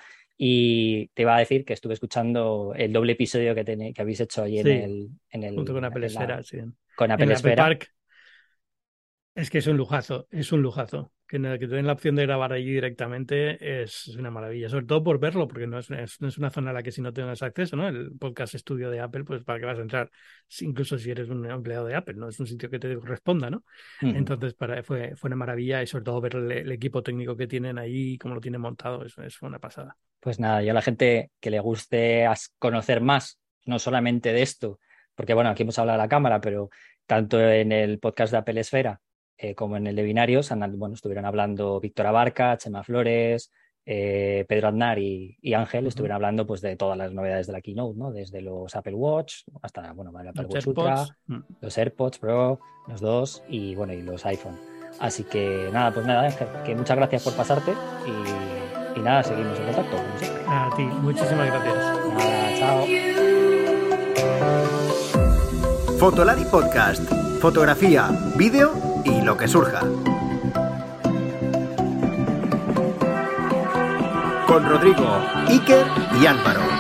S1: Y te iba a decir que estuve escuchando el doble episodio que, tené- que habéis hecho ahí en
S3: Sí,
S1: el, en el,
S3: junto con Apple
S1: en la-
S3: Esfera, sí.
S1: con
S3: En
S1: Apple
S3: el Apple
S1: Esfera.
S3: Park. Es que es un lujazo, es un lujazo. Que, no- que te den la opción de grabar allí directamente es una maravilla, sobre todo por verlo, porque no es, es- no es una zona a la que si no tengas acceso, ¿no? El podcast estudio de Apple, pues para qué vas a entrar, si- incluso si eres un empleado de Apple, ¿no? Es un sitio que te corresponda, ¿no?
S1: Ujú.
S3: Entonces para, fue, fue una maravilla y sobre todo ver el, el equipo técnico que tienen ahí, cómo lo tienen montado, eso es una pasada.
S1: Pues nada, yo a la gente que le guste as- conocer más, no solamente de esto, porque bueno, aquí hemos hablado de la cámara, pero tanto en el podcast de Apple Esfera eh, como en el de Binarios, andan- bueno, estuvieron hablando Víctor Abarca, Chema Flores, eh, Pedro Aznar y, y Ángel,
S3: Ujú.
S1: estuvieron hablando pues de todas las novedades de la Keynote, ¿no? Desde los Apple Watch hasta, bueno, el Apple
S3: Los
S1: Watch
S3: AirPods,
S1: Ultra,
S3: mm.
S1: los AirPods Pro, los dos y bueno, y los iPhone. Así que nada, pues nada, Ángel, que muchas gracias por pasarte y, y nada, seguimos en contacto, como siempre.
S3: A ti, muchísimas gracias.
S1: Nada, chao.
S2: Fotolari Podcast. Fotografía, vídeo y lo que surja. Con Rodrigo, Iker y Álvaro.